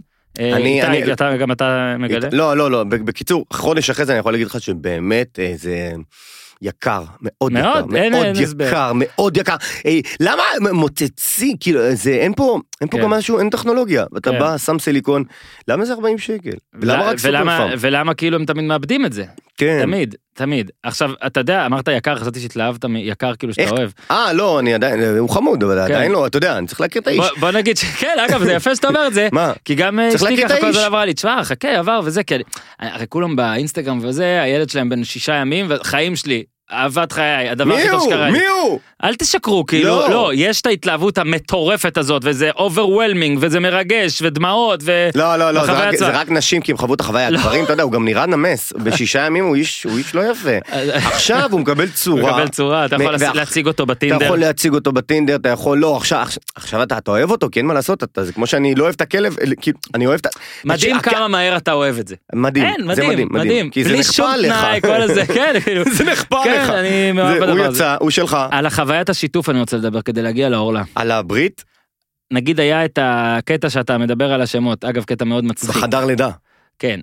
גם אתה מגלה? לא, לא, לא, בקיצור, חודש אחרי זה אני יכול להגיד לך שבאמת זה... יקר, מאוד מאוד, יקר, אין, מאוד אין הסבר. יקר, מאוד יקר. אי, למה מוצצי, כאילו, זה, אין פה, אין פה כן. גם משהו, אין טכנולוגיה. ואתה כן. בא, שם סיליקון, למה זה ארבעים שקל? ולמה רק ולמה, סופר פארם? ולמה כאילו הם תמיד מאבדים את זה? כן. תמיד, תמיד. עכשיו, אתה יודע, אמרת יקר, חשבתי שהתלהבת מיקר כאילו שאתה איך? אוהב. אה, לא, אני עדיין, הוא חמוד, אבל עדיין לא, אתה יודע, אני צריך להכיר את האיש. בוא, בוא נגיד שכן, אגב, זה יפה שאתה אומר את זה. מה? כי גם צריך אשתי להכיר ככה את כל האיש. הזמן עברה לי, תשמע, חכה, עבר וזה, כי אני- הרי כולם באינסטגרם וזה, הילד שלהם בן שישה ימים, וחיים שלי, אהבת חיי, הדבר הכי מי טוב הוא? שקרה לי. מי הוא? אל תשקרו, כאילו, לא. לא, יש את ההתלהבות המטורפת הזאת, וזה overwhelming, וזה מרגש, ודמעות, ו... לא, לא, לא, זה בחוויה רק- עצמה. זה רק נשים, כי הם חוו את החוויה. הגברים, אתה יודע, הוא גם נראה נמס. בשישה ימים הוא איש הוא איש לא יפה. עכשיו הוא מקבל הוא צורה. מקבל צורה, אתה יכול ואח- להציג אותו אתה בטינדר. יכול להציג אותו בטינדר, אתה יכול, לא, עכשיו, עכשיו- עכשיו אתה, אתה אוהב אותו, כי אין מה לעשות, אתה, זה כמו שאני לא אוהב את הכלב, כאילו, אני אוהב את ה... מדהים הכ- כמה מהר אתה אוהב את זה. מדהים, אין, זה מדהים, מדהים, מדהים. כי זה בלי נכפה שום עליך. תנאי, כל הזה, כן, כאילו. זה נכפה כן, עליך. אני מאוהב זה- בדבר הוא הזה. יצא, הוא שלך. על החוויית השיתוף אני רוצה לדבר כדי להגיע לאורלה. על הברית, נגיד היה את הקטע שאתה מדבר על השמות, אגב קטע מאוד מצחיק. בחדר לידה. כן.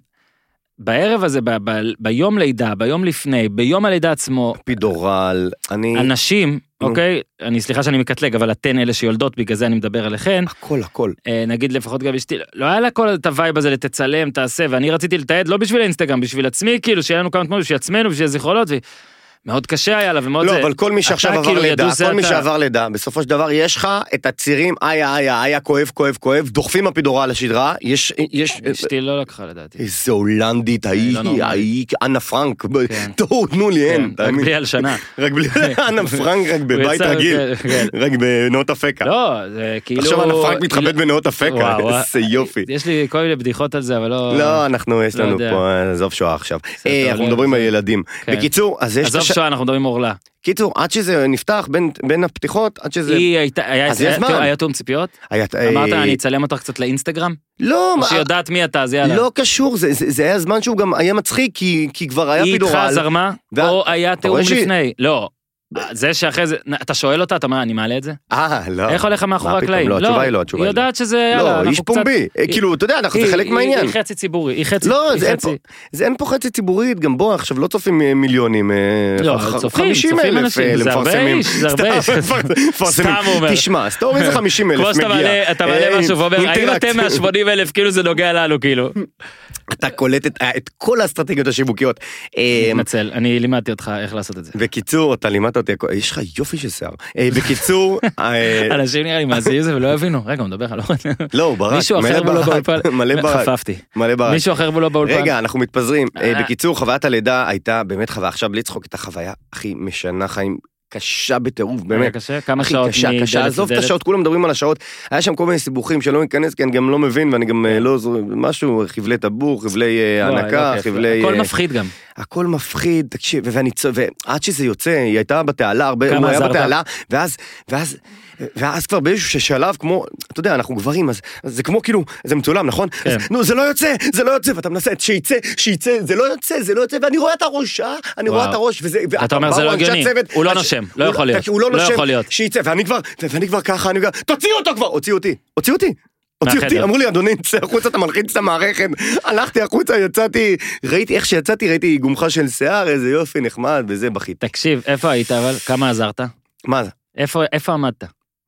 בערב הזה, ב- ב- ביום לידה, ביום לפני, ביום הלידה עצמו, פידורל, אני... אנשים, נו. אוקיי, אני סליחה שאני מקטלג, אבל אתן אלה שיולדות, בגלל זה אני מדבר עליכן, הכל, הכל. אה, נגיד לפחות גם אשתי, לא היה לה כל את הווייב הזה לתצלם, תעשה, ואני רציתי לתעד, לא בשביל האינסטגרם, בשביל עצמי, כאילו, שיהיה לנו כמה תמונות, בשביל עצמנו, בשביל הזיכרונות, ומאוד קשה היה לה, ומאוד לא, זה... אבל כל מי שעכשיו אתה עבר כאילו לידה, ידעו זה כל מי אתה. שעבר לידה, בסופו של דבר יש לך את הצירים, איה, איה, איה, כואב, כואב, כואב, דוחפים הפידורל לשדרה, יש, יש, אשתי לא לקחה לדעתי. איזה הולנדית, ההיא, לא נורמלית. ההיא, אנה פרנק, כן. טוב, תנו לי, כן, אין, רק תאמין. בלי הלשנה. רק בלי, אנה פרנק רק בבית יצא, רגיל, כן, כן. רק בנאות אפקה. לא, זה כאילו... עכשיו אנה פרנק מתחבאת בנאות אפקה, וואו, איזה יופי. יש לי כל מיני בדיחות על זה, אבל לא... לא, אנחנו, יש לא לנו יודע. פה, עזוב שואה עכשיו. בסדר, אה, אנחנו לא, מדברים זה- על ילדים. כן. בקיצור, אז יש... את עזוב הש- שואה, אנחנו מדברים אורלה. קיצור, עד שזה נפתח בין- בין הפתיחות, עד שזה... היא הייתה... היה- אז יש היה- זמן. היה תיאום ציפיות? היה- אמרת, אה, אני אצלם אותך קצת לאינסטגרם? לא, או מה- שהיא יודעת מי אתה, אז יאללה. לא קשור, זה, זה, זה היה זמן שהוא גם היה מצחיק, כי, כי כבר היה היא איתך פידורל. זרמה? וה- או היה תיאום רואה שהיא- לפני? לא. זה שאחרי זה... אתה שואל אותה, אתה אומר, אני מעלה את זה? אה, לא. איך הולך מאחורי מה פתאום? הקלעים? לא, התשובה היא לא, התשובה היא היא לא. יודעת שזה, יאללה, לא, אנחנו איש קצת... פומבי. אה, כאילו, אתה יודע, אנחנו- זה היא- חלק היא- מהעניין. היא חצי ציבורי, היא חצי... לא, היא זה אין חצי- פה- זה אין פה חצי ציבורית, גם בוא, עכשיו לא צופים אה, מיליונים, אה, לא, ח- צופים, חמישים צופים אלף, אנשים, אה, זה הרבה למפרסמים. איש, זה הרבה סתם, איש. מפרסמים. סתם הוא אומר. תשמע, סתום איזה חמישים אלף כמו שאתה מגיע. מעלה, אתה מעלה אה, משהו ואומר, האם אינטראקט. אתם מה-שמונים אלף, כאילו זה נוגע לנו, כאילו. אתה קולט את- את כל האסטרטגיות השיווקיות. אה, מתנצל, אני לימדתי אותך איך לעשות את זה. בקיצור, אתה לימדת אותי, הכל- יש לך יופי של שיער. אה, בקיצור, אה, אנשים נראה לי מאזינים זה ולא יבינו, רגע, הוא מדבר על אורן. לא, הוא ברק, מישהו מלא אחר מולו ברק, באולפן, מלא ברק, חפפתי. מלא ברק. מישהו אחר מולו באולפן. רגע, אנחנו מתפזרים. אה, אה. בקיצור, חוויית הלידה הייתה באמת חוויה, עכשיו בלי צחוק, הייתה חוויה הכי משנה חיים, קשה בטירוף, רגע, באמת. קשה? כמה הכי שעות קשה, מדלת קשה, עזוב את לדלת? השעות, כולם מדברים על השעות, היה שם כל מיני סיבוכים שלא ניכנס, כי אני גם לא מבין, ואני גם אה, לא, זו- משהו, חבלי טבור, חבלי אה, לא, הנקה, לא כיף. חבלי... הכל אה, מפחיד גם. הכל מפחיד, תקשיב, ואני צ... ועד שזה יוצא, היא הייתה בתעלה, הרבה, כמה הוא היה עזרת? בתעלה, ואז, ואז, ואז כבר באיזשהו שלב, כמו, אתה יודע, אנחנו גברים, אז, אז זה כמו כאילו, זה מצולם, נכון? כן. אז, נו, זה לא יוצא, זה לא יוצא, ואתה מנסה, שיצא, שיצא, זה לא יוצא, זה לא יוצא, ואני רואה את הראש, אה? אני רואה וואו. את הראש, וזה, אתה אומר, זה לא הגיוני, הוא לא נושם, לא יכול להיות, הוא לא לא נושם, יכול להיות. שיצא, ואני כבר, ואני כבר ככה, אני כבר, תוציאו אותו כבר, הוציאו אותי, הוציאו אותי. הוציאו אותי, מהחדר. אמרו לי, אדוני, צא החוצה, אתה מלחיץ את המערכת. הלכתי החוצה, יצאתי, ראיתי איך שיצאתי, ראיתי גומחה של שיער, איזה יופי נחמד, וזה בכית. תקשיב, איפה היית אבל? כמה עזרת? מה זה? איפה איפה עמדת?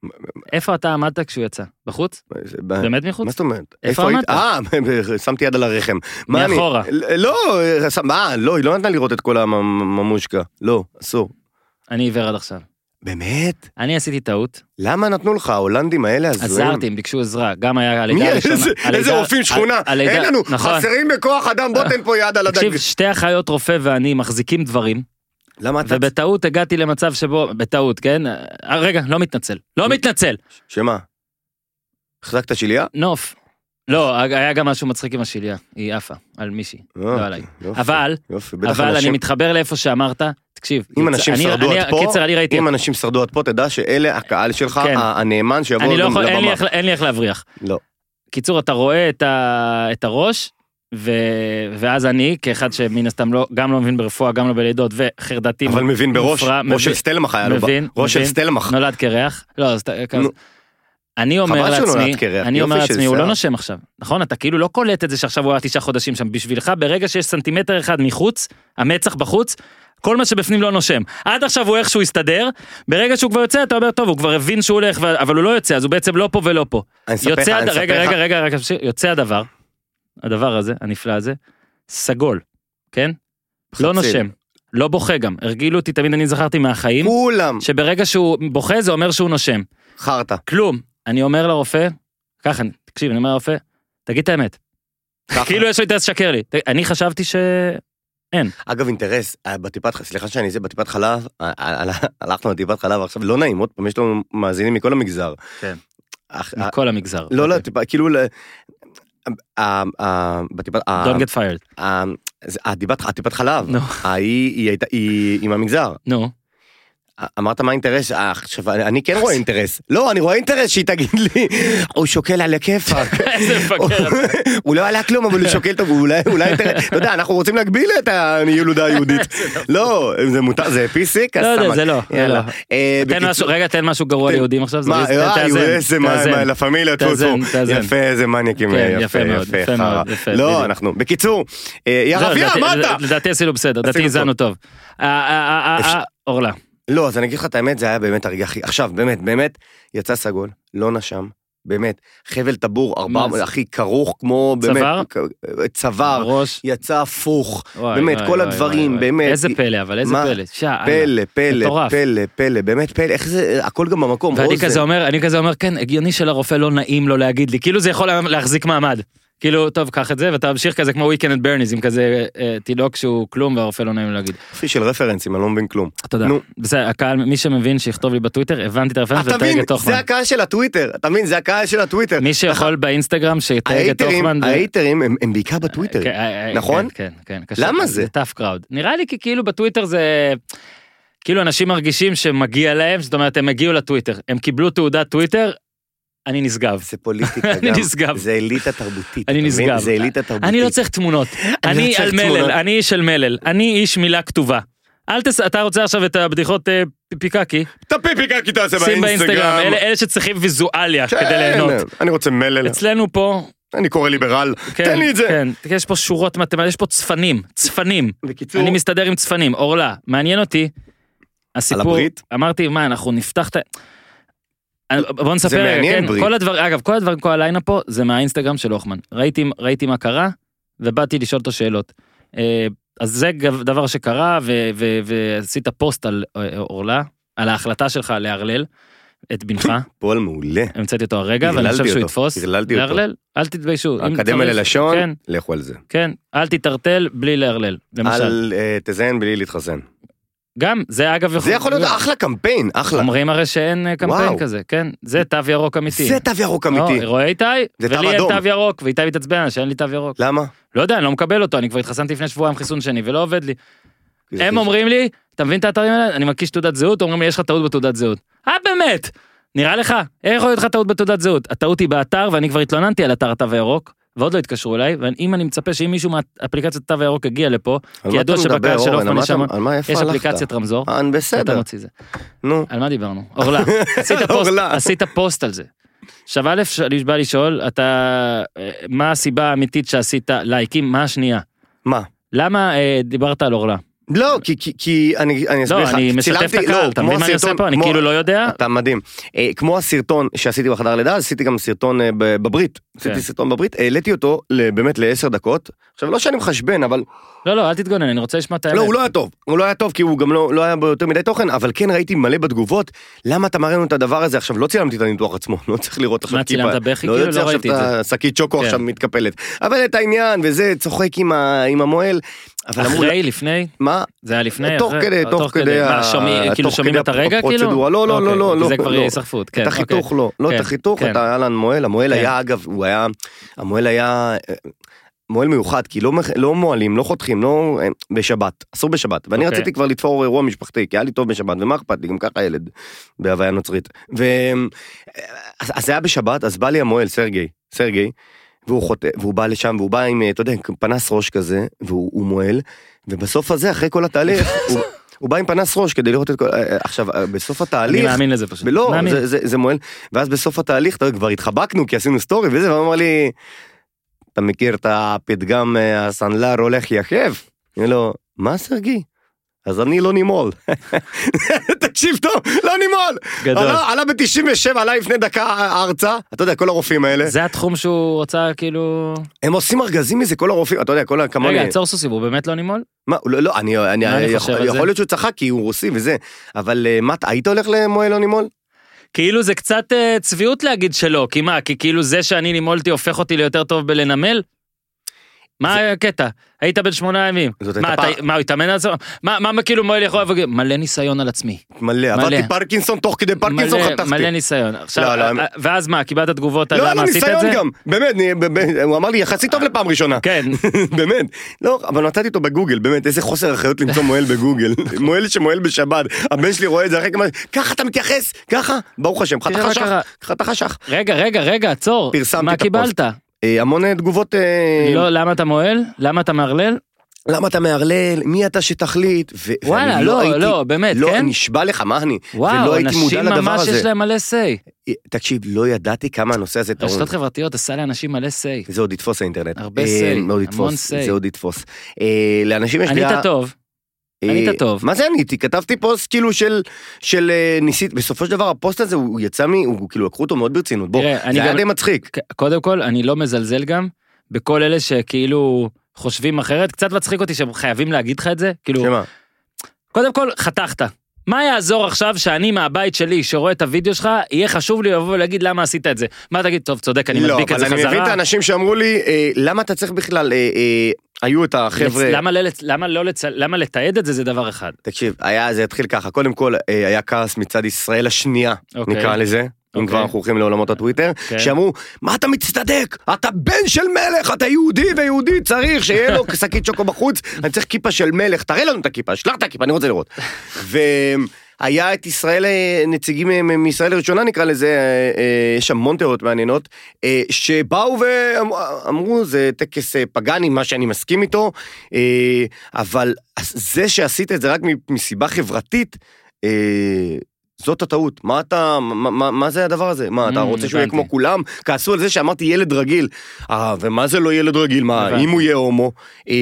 איפה אתה עמדת כשהוא יצא? בחוץ? זה- באמת מחוץ? מה זאת אומרת? איפה היית? עמדת? אה, שמתי יד על הרחם. מה אני- מאחורה. לא, מה, לא, היא לא נתנה לראות את כל הממושקה. לא, אסור. אני עיוור עד עכשיו. באמת? אני עשיתי טעות, למה נתנו לך, ההולנדים האלה הזויים? עזרתי, הם ביקשו עזרה, גם היה מי, הלידה הראשונה. איזה- הלידה- איזה רופאים שכונה? ה- הלידה- אין לנו, נכון. חסרים בכוח אדם, בוא תן פה יד על תקשיב, הדג. שתי אחיות רופא ואני מחזיקים דברים, למה אתה... ובטעות הגעתי למצב שבו, בטעות, כן? אה, רגע, לא מתנצל. לא מתנצל! שמה? החזקת שלייה? נוף. לא, היה גם משהו מצחיק עם השיליה, היא עפה, על מישהי, לא עליי. אבל, יופי, בטח אבל אני אנשים... מתחבר לאיפה שאמרת, תקשיב. אם יצא- אנשים אני- שרדו אני- עד פה, קיצר, אני ראיתי... אם אנשים שרדו עד פה, תדע שאלה הקהל שלך, כן. הנאמן שיבוא אני לא גם יכול, אין לי לבמה. איך- אין לי איך להבריח. לא. קיצור, אתה רואה את, ה, את הראש, ו, ואז אני, כאחד שמן הסתם לא, גם לא מבין ברפואה, גם לא בלידות, וחרדתי. אבל מבין בראש, מופרע, ראש של מבין- סטלמך היה לו, מבין, ראש של מבין. סטלמך. נולד קרח. לא, אז, אז, נו. אני אומר חבל שהוא לעצמי, נולד קרח, אני אומר יופי של לעצמי, הוא שיער. לא נושם עכשיו, נכון? אתה כאילו לא קולט את זה שעכשיו הוא היה תשעה חודשים שם, בשבילך ברגע שיש סנטימטר אחד מחוץ, המצח בחוץ, כל מה שבפנים לא נושם. עד עכשיו הוא איכשהו יסתדר, ברגע שהוא כבר יוצא, אתה אומר, טוב, הוא כבר הבין שהוא הולך, אבל הוא לא יוצא, אז הוא בעצם לא פה ולא פה. אני אספר לך, יוצא, אני אספר רגע, לך. רגע, רגע, רגע, יוצא הדבר, הדבר הזה, הנפלא הזה, סגול, כן? לא נושם, לא בוכה גם. הרגילו אותי, תמיד אני זכרתי מהחיים, כולם. שברגע שהוא בוכה זה אומר שהוא נושם. חרטה. כלום. אני אומר לרופא, ככה, תקשיב, אני אומר לרופא, תגיד את האמת. כאילו יש לו אינטרס שקר לי. אני חשבתי שאין. אגב, אינטרס, בטיפת, סליחה שאני זה, בטיפת חלב, הלכנו לטיפת חלב, עכשיו לא נעים, עוד פעם, יש לנו מאזינים מכל המגזר. כן. מכל המגזר. לא, לא, טיפה, כאילו, בטיפת, Don't get fired. הטיפת חלב, היא עם המגזר. נו. אמרת מה האינטרס? עכשיו, אני כן רואה אינטרס. לא, אני רואה אינטרס שהיא תגיד לי, הוא שוקל על הכיפק. איזה מפגר. הוא לא עלה כלום, אבל הוא שוקל טוב, אולי אינטרס. אתה יודע, אנחנו רוצים להגביל את הילודה היהודית. לא, זה מותר, זה פיסיק. לא יודע, זה לא. רגע, תן משהו גרוע ליהודים עכשיו. מה, איזה מה, לה פמיליה, יפה, איזה מניאקים. יפה מאוד, יפה מאוד. לא, אנחנו, בקיצור, יא רביה, מה אתה? לדעתי עשינו בסדר, לדעתי הזנו טוב. אורלה. לא, אז אני אגיד לך את האמת, זה היה באמת הרגע הכי, עכשיו, באמת, באמת, יצא סגול, לא נשם, באמת, חבל טבור, ארבע, הכי כרוך כמו, צוואר? באמת, צוואר, ראש. יצא הפוך, באמת, כל הדברים, באמת. איזה פלא, אבל איזה פלא, שעה. פלא, פלא, פלא, פלא, באמת פלא, איך זה, הכל גם במקום. ואני כזה אומר, אני כזה אומר, כן, הגיוני של הרופא לא נעים לו להגיד לי, כאילו זה יכול להחזיק מעמד. כאילו, טוב, קח את זה, ואתה ממשיך כזה כמו Weekend at Bernie's, עם כזה תינוק שהוא כלום, והרופא לא נעים להגיד. יופי של רפרנסים, אני לא מבין כלום. תודה. זה הקהל, מי שמבין שיכתוב לי בטוויטר, הבנתי את הרפרנס, ותייג את תוכמן. זה הקהל של הטוויטר, אתה מבין, זה הקהל של הטוויטר. מי שיכול באינסטגרם, שיתייג את תוכמן. האייטרים הם בעיקר בטוויטר, נכון? כן, כן. למה זה? זה טאפ קראוד. נראה לי כי כאילו בטוויטר זה... כאילו אנשים מרגישים שמגיע להם, זאת אומרת, הם הגיעו לטוויטר, הם קיבלו תעודת טוויטר, אני נשגב. זה פוליטיקה גם. אני נשגב. זה אליטה תרבותית. אני נשגב. זה אליטה תרבותית. אני לא צריך תמונות. אני על מלל, אני איש של מלל. אני איש מילה כתובה. אל תס... אתה רוצה עכשיו את הבדיחות פיקקי? את הפיקקי תעשה באינסטגרם. שים באינסטגרם. אלה שצריכים ויזואליה כדי ליהנות. אני רוצה מלל. אצלנו פה... אני קורא ליברל. תן לי את זה. כן, יש פה שורות מתמטיות, יש פה צפנים. צפנים. אני מסתדר עם צפנים. אורלה, מעניין אותי. הסיפור... אמרתי, מה, אנחנו נפתח את... בוא נספר, כן, כל הדבר, אגב, כל הדברים, כל הלילה פה, זה מהאינסטגרם של הוחמן. ראיתי, ראיתי מה קרה, ובאתי לשאול אותו שאלות. אז זה דבר שקרה, ועשית פוסט על אורלה, על ההחלטה שלך להרלל את בנך. פועל מעולה. המצאתי אותו הרגע, ואני חושב שהוא יתפוס. להרלל, אל תתביישו. אקדמיה ללשון, לכו על זה. כן, אל תתרטל בלי להרלל, למשל. אל תזיין בלי להתחסן. גם, זה אגב זה יכול להיות אחלה קמפיין, אחלה. אומרים הרי שאין קמפיין כזה, כן? זה תו ירוק אמיתי. זה תו ירוק אמיתי. רואה איתי? ולי אין תו ירוק, ואיתי מתעצבן שאין לי תו ירוק. למה? לא יודע, אני לא מקבל אותו, אני כבר התחסנתי לפני שבועיים חיסון שני, ולא עובד לי. הם אומרים לי, אתה מבין את האתרים האלה? אני מקיש תעודת זהות, אומרים לי, יש לך טעות בתעודת זהות. אה, באמת? נראה לך? איך יכול להיות לך טעות בתעודת זהות? הטעות היא באתר, ואני כבר התלוננתי על אתר התו הירוק, ועוד לא התקשרו אליי, ואם אני מצפה שאם מישהו מהאפליקציית התו הירוק הגיע לפה, כי ידוע שבקהל של אופן שם, יש אפליקציית רמזור, בסדר. נו. על מה דיברנו? אורלה, עשית פוסט על זה. עכשיו א', אני בא לשאול, אתה, מה הסיבה האמיתית שעשית לייקים? מה השנייה? מה? למה דיברת על אורלה? לא, כי, כי, כי אני, אני אסביר לך. לא, אני משתף את הקהל, אתה מבין מה אני עושה פה? אני כאילו לא יודע. אתה מדהים. כמו הסרטון שעשיתי בחדר לידה, עשיתי גם סרטון בברית. עשיתי סרטון בברית, העליתי אותו באמת לעשר דקות. עכשיו, לא שאני מחשבן, אבל... לא, לא, אל תתגונן, אני רוצה לשמוע את האמת. לא, הוא לא היה טוב. הוא לא היה טוב, כי הוא גם לא, לא היה בו יותר מדי תוכן, אבל כן ראיתי מלא בתגובות. למה אתה מראה לנו את הדבר הזה? עכשיו, לא צילמתי את הניתוח עצמו, לא צריך לראות עכשיו כיפה. מה, צילמת בכי? כאילו לא ראיתי את זה. שקית שוקו עכשיו מתקפלת. אבל את העניין, וזה צוחק עם המועל. אחרי, לפני? מה? זה היה לפני? תוך כדי, תוך כדי. כאילו שומעים את הרגע, כאילו? לא, לא, לא, לא. זה כבר יהיה סחפות, כן. את החיתוך, לא. לא את החיתוך, את האלן מועל. המועל היה, אגב, הוא היה, המועל היה מועל מיוחד, כי לא מועלים, לא חותכים, לא בשבת, אסור בשבת. ואני רציתי כבר לתפור אירוע משפחתי, כי היה לי טוב בשבת, ומה אכפת לי, גם ככה ילד בהוויה נוצרית. אז זה היה בשבת, אז בא לי המועל, סרגי, סרגי, והוא חוטא, והוא בא לשם, והוא בא עם, אתה יודע, פנס ראש כזה, והוא מועל, ובסוף הזה, אחרי כל התהליך, הוא בא עם פנס ראש כדי לראות את כל... עכשיו, בסוף התהליך... אני מאמין לזה פשוט. לא, זה, זה, זה מועל. ואז בסוף התהליך, אתה יודע, כבר התחבקנו, כי עשינו סטורי וזה, והוא אמר לי, אתה מכיר את הפתגם, הסנדלר הולך יחב? אני לא, מה סרגי? אז אני לא נימול. תקשיב טוב, לא נימול. גדול. עלה, עלה ב-תשעים ושבע, עלה לפני דקה ארצה, אתה יודע, כל הרופאים האלה. זה התחום שהוא רוצה כאילו... הם עושים ארגזים מזה, כל הרופאים, אתה יודע, כל הכמוני... רגע, צור סוסי, הוא באמת לא נימול? מה, לא, לא, אני, אני, אני יכול, יכול להיות שהוא צחק, כי הוא רוסי וזה, אבל מה, היית הולך למועל לא נימול? כאילו זה קצת uh, צביעות להגיד שלא, כי מה, כי כאילו זה שאני נימולתי הופך אותי ליותר טוב בלנמל? מה הקטע? היית בן שמונה ימים. מה, הוא התאמן על זה? מה כאילו מועל יכול להגיד? מלא ניסיון על עצמי. מלא, עברתי פרקינסון, תוך כדי פרקינסון חתכתי. מלא ניסיון. ואז מה, קיבלת תגובות על למה עשית את זה? לא, לא, ניסיון גם, באמת, הוא אמר לי יחסית טוב לפעם ראשונה. כן. באמת. לא, אבל נתתי אותו בגוגל, באמת, איזה חוסר אחריות למצוא מועל בגוגל. מועל שמועל בשבת, הבן שלי רואה את זה, אחרי כמה, ככה אתה מתייחס, ככה, ברוך השם, חתך חשך. רגע, רגע, רגע, עצור. מה קיבלת? המון תגובות... לא, למה אתה מועל? למה אתה מערלל? למה אתה מערלל? מי אתה שתחליט? וואלה, לא, לא, באמת, כן? לא, נשבע לך, מה אני? וואו, אנשים ממש יש להם מלא סי. תקשיב, לא ידעתי כמה הנושא הזה טעון. רשתות חברתיות עשה לאנשים מלא סי. זה עוד יתפוס האינטרנט. הרבה סי, המון סי. זה עוד יתפוס. לאנשים יש... ענית טוב. ענית טוב. מה זה עניתי? כתבתי פוסט כאילו של, של ניסית, בסופו של דבר הפוסט הזה הוא יצא מי, הוא כאילו לקחו אותו מאוד ברצינות, בוא, זה היה די מצחיק. קודם כל, אני לא מזלזל גם, בכל אלה שכאילו חושבים אחרת, קצת מצחיק אותי שהם חייבים להגיד לך את זה, כאילו, שמה? קודם כל, חתכת. מה יעזור עכשיו שאני מהבית שלי שרואה את הוידאו שלך, יהיה חשוב לי לבוא ולהגיד למה עשית את זה. מה תגיד, טוב, צודק, אני מדביק את זה חזרה. לא, אבל אני מבין את האנשים שאמרו לי, למה אתה צריך בכלל, היו את החבר'ה... למה לתעד את זה, זה דבר אחד. תקשיב, זה התחיל ככה, קודם כל היה כעס מצד ישראל השנייה, נקרא לזה. אם כבר אנחנו הולכים לעולמות הטוויטר, שאמרו, מה אתה מצטדק? אתה בן של מלך, אתה יהודי ויהודי צריך שיהיה לו שקית שוקו בחוץ, אני צריך כיפה של מלך, תראה לנו את הכיפה, שלח את הכיפה, אני רוצה לראות. והיה את ישראל, נציגים מישראל הראשונה נקרא לזה, יש המון תיאוריות מעניינות, שבאו ואמרו, זה טקס פגני, מה שאני מסכים איתו, אבל זה שעשית את זה רק מסיבה חברתית, זאת הטעות, מה אתה, מה, מה, מה זה הדבר הזה? מה, אתה רוצה שהוא יהיה כמו כולם? כעסו על זה שאמרתי ילד רגיל. אה, ומה זה לא ילד רגיל? מה, אם הוא יהיה הומו?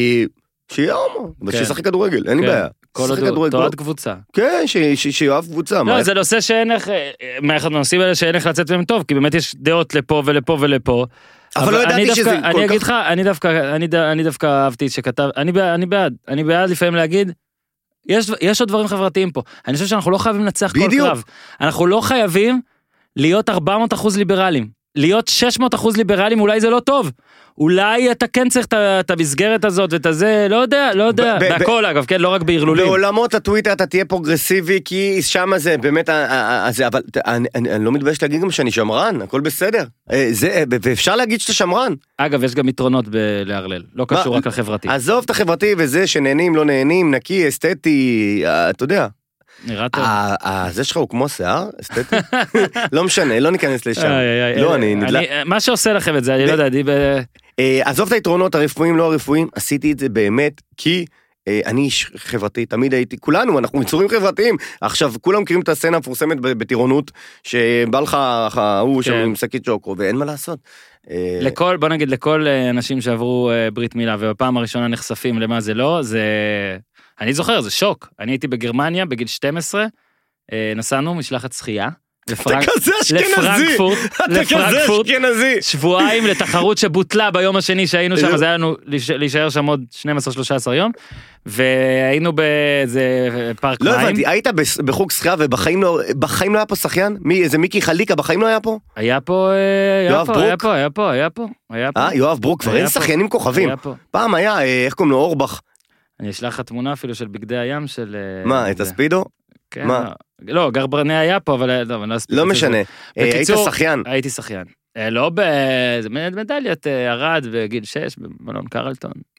שיהיה הומו, ושישחק כדורגל, אין לי בעיה. כל עוד תועד קבוצה. כן, שיואב קבוצה. לא, זה נושא שאין איך, מאחד מהנושאים האלה שאין איך לצאת מהם טוב, כי באמת יש דעות לפה ולפה ולפה. אבל לא ידעתי שזה כל כך... אני אגיד לך, אני דווקא, אני דווקא אהבתי שכתב, אני בעד, אני בעד לפעמים להגיד, יש, יש עוד דברים חברתיים פה. אני חושב שאנחנו לא חייבים לנצח כל קרב. אנחנו לא חייבים להיות ארבע מאות אחוז ליברלים. להיות שש מאות אחוז ליברלים, אולי זה לא טוב. אולי אתה כן צריך את המסגרת הזאת ואת הזה, לא יודע, לא יודע. בהכל אגב, כן, לא רק בהרלולים. בעולמות הטוויטר אתה תהיה פרוגרסיבי, כי שם זה באמת, אבל אני לא מתבייש להגיד גם שאני שמרן, הכל בסדר. ואפשר להגיד שאתה שמרן. אגב, יש גם יתרונות להרלל, לא קשור רק לחברתי. עזוב את החברתי וזה שנהנים, לא נהנים, נקי, אסתטי, אתה יודע. נראה טוב. זה שלך הוא כמו שיער, אסתטי? לא משנה, לא ניכנס לשם. לא, אני נדלק. מה שעושה לכם את זה, אני לא יודע, אני ב... עזוב את היתרונות הרפואיים, לא הרפואיים, עשיתי את זה באמת, כי אני איש חברתי, תמיד הייתי, כולנו, אנחנו יצורים חברתיים. עכשיו, כולם מכירים את הסצנה המפורסמת בטירונות, שבא לך, הוא שם עם שקית שוקו, ואין מה לעשות. לכל, בוא נגיד, לכל אנשים שעברו ברית מילה, ובפעם הראשונה נחשפים למה זה לא, זה... אני זוכר, זה שוק. אני הייתי בגרמניה בגיל שתים עשרה, נסענו משלחת שחייה. אתה כזה אשכנזי, אתה כזה אשכנזי. שבועיים לתחרות שבוטלה ביום השני שהיינו שם, אז היה לנו להישאר שם עוד שנים עשר שלושה עשר יום, והיינו באיזה פארק מים. לא הבנתי, היית בחוג שחייה ובחיים לא היה פה שחיין? איזה מיקי חליקה בחיים לא היה פה? היה פה, היה פה, היה פה, היה פה, היה פה. אה, יואב ברוק, כבר אין שחיינים כוכבים. פעם היה, איך קוראים לו, אורבך. אני אשלח לך תמונה אפילו של בגדי הים של... מה, את הספידו? כן, לא, גרברני היה פה, אבל לא משנה. היית שחיין. הייתי שחיין. לא באיזה מדליית ערד בגיל שש, במלון קרלטון.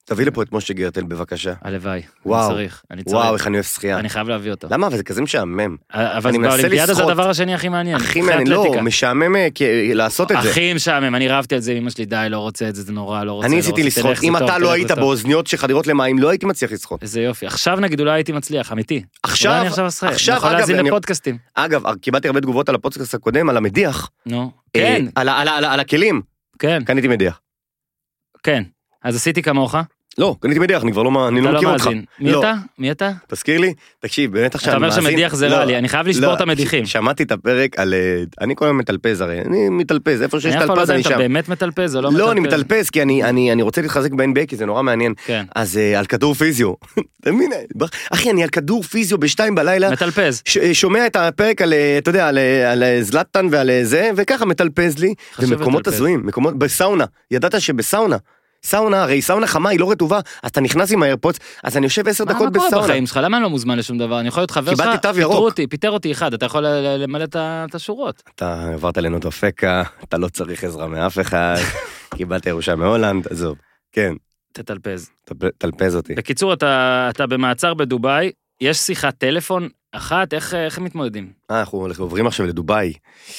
תביא לפה את משה גרטל בבקשה. הלוואי, וואו. אני צריך, אני צריך. וואו, איך אני אוהב שחייה. אני חייב להביא אותו. למה? אבל זה כזה משעמם. אבל אני מנסה באולימפיאדה זה לשחות. הדבר השני הכי מעניין. הכי מעניין, לא, משעמם אה, כי- לעשות את זה. הכי משעמם, אני רבתי על זה, אמא שלי, די, לא רוצה את זה, זה נורא, לא רוצה, אני לא ניסיתי רוצה, לשחות, תלך, זה אם טוב, אתה תלך, לא זה היית טוב. באוזניות שחדירות למים, לא הייתי מצליח לשחות. איזה יופי. עכשיו נגיד, אולי הייתי מצליח, אמיתי. עכשיו- אולי אני עכשיו אשחק. עכשיו, אני יכול אגב, להזין אני- לפודקאסטים. אגב, קיבלתי הרבה תגובות על הפודקאסט הקודם, על המדיח. נו. אה, כן, על ה- על ה- על ה- על הכלים. כן, קניתי מדיח. כן. אז עשיתי כמוך. לא, קניתי מדיח, אני כבר לא, אני אתה לא לא מכיר אותך. מאזין. מי לא. אתה? מי אתה? תזכיר לי, תקשיב, באמת עכשיו אתה אומר מאזין- שמדיח זה לא, רע לי, אני חייב לשבור לא, את המדיחים. שמעתי את הפרק על, אה, אני כל הזמן מטלפז הרי, אני מטלפז, איפה שיש אני אף פעם לא טלפז יודע אני אם אתה שם. באמת מטלפז או לא מטלפז. לא, אני מטלפז, כי אני, אני, אני רוצה להתחזק ב-אן בי איי, כי זה נורא מעניין. כן. אז אה, על כדור פיזיו. אתה מבין? אחי, אני על כדור פיזיו בשתיים בלילה, מטלפז. ש- שומע את הפרק על, אה, אתה יודע, על, אה, על אה, זלטן ועל אה, זה, וככה מטלפז לי, חשוב במקומות לטלפז. הזויים, מקומות, בסאונה. ידעת שבסאונה, סאונה, הרי סאונה חמה היא לא רטובה, אז אתה נכנס עם האיירפודס, אז אני יושב עשר מה דקות מה קורה בסאונה. בחיים שלך? למה אני לא מוזמן לשום דבר? אני יכול להיות חבר שלך, קיבלתי תו ירוק. פיטרו אותי, פיטר אותי אחד, אתה יכול ל- ל- למלא את ה- את השורות. אתה עברת לנות אפקה, אתה לא צריך עזרה מאף אחד, קיבלת ירושה מהולנד, עזוב. כן, תטלפז. תפ- תלפז אותי. בקיצור, אתה אתה במעצר בדובאי, יש שיחת טלפון אחת, איך איך הם מתמודדים? אה, אנחנו עוברים עכשיו לדובאי.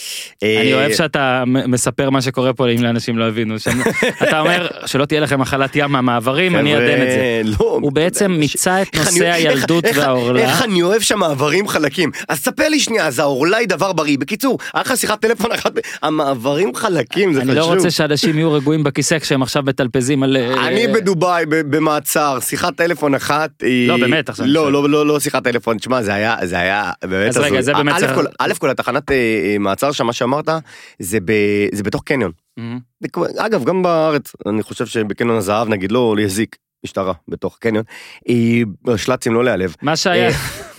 אני אה, אוהב שאתה מ- מספר מה שקורה פה, אם לאנשים לא הבינו. שם- אתה אומר שלא תהיה לכם מחלת ים מהמעברים, אני חבר'ה, אדן את זה. לא, הוא בעצם מיצה את איך נושא אני- הילדות איך- איך- והעורלה. איך אני אוהב שהמעברים חלקים. אז ספר לי שנייה, אז העורלה היא דבר בריא. בקיצור, היה לך שיחת טלפון אחת, המעברים חלקים, זה אני חשוב. לא רוצה שאנשים יהיו רגועים בכיסא כשהם עכשיו מטלפזים על... אני בדובאי, ב- במעצר, שיחת טלפון אחת היא... לא, באמת, עכשיו אני לא, שואל. לא, לא, לא שיחת טלפון, תשמע, זה היה, זה היה באמת אז רגע, הזוי. זה באמת א' צריך- כל- א' כל התחנת אה, אה, מעצר שם, מה שאמרת, זה ב- זה בתוך קניון. מהמם. זה כמו- אגב, גם בארץ, אני חושב שבקניון הזהב, נגיד, לא להזיק משטרה בתוך קניון, היא שלצים לא להיעלב. מה שהיה...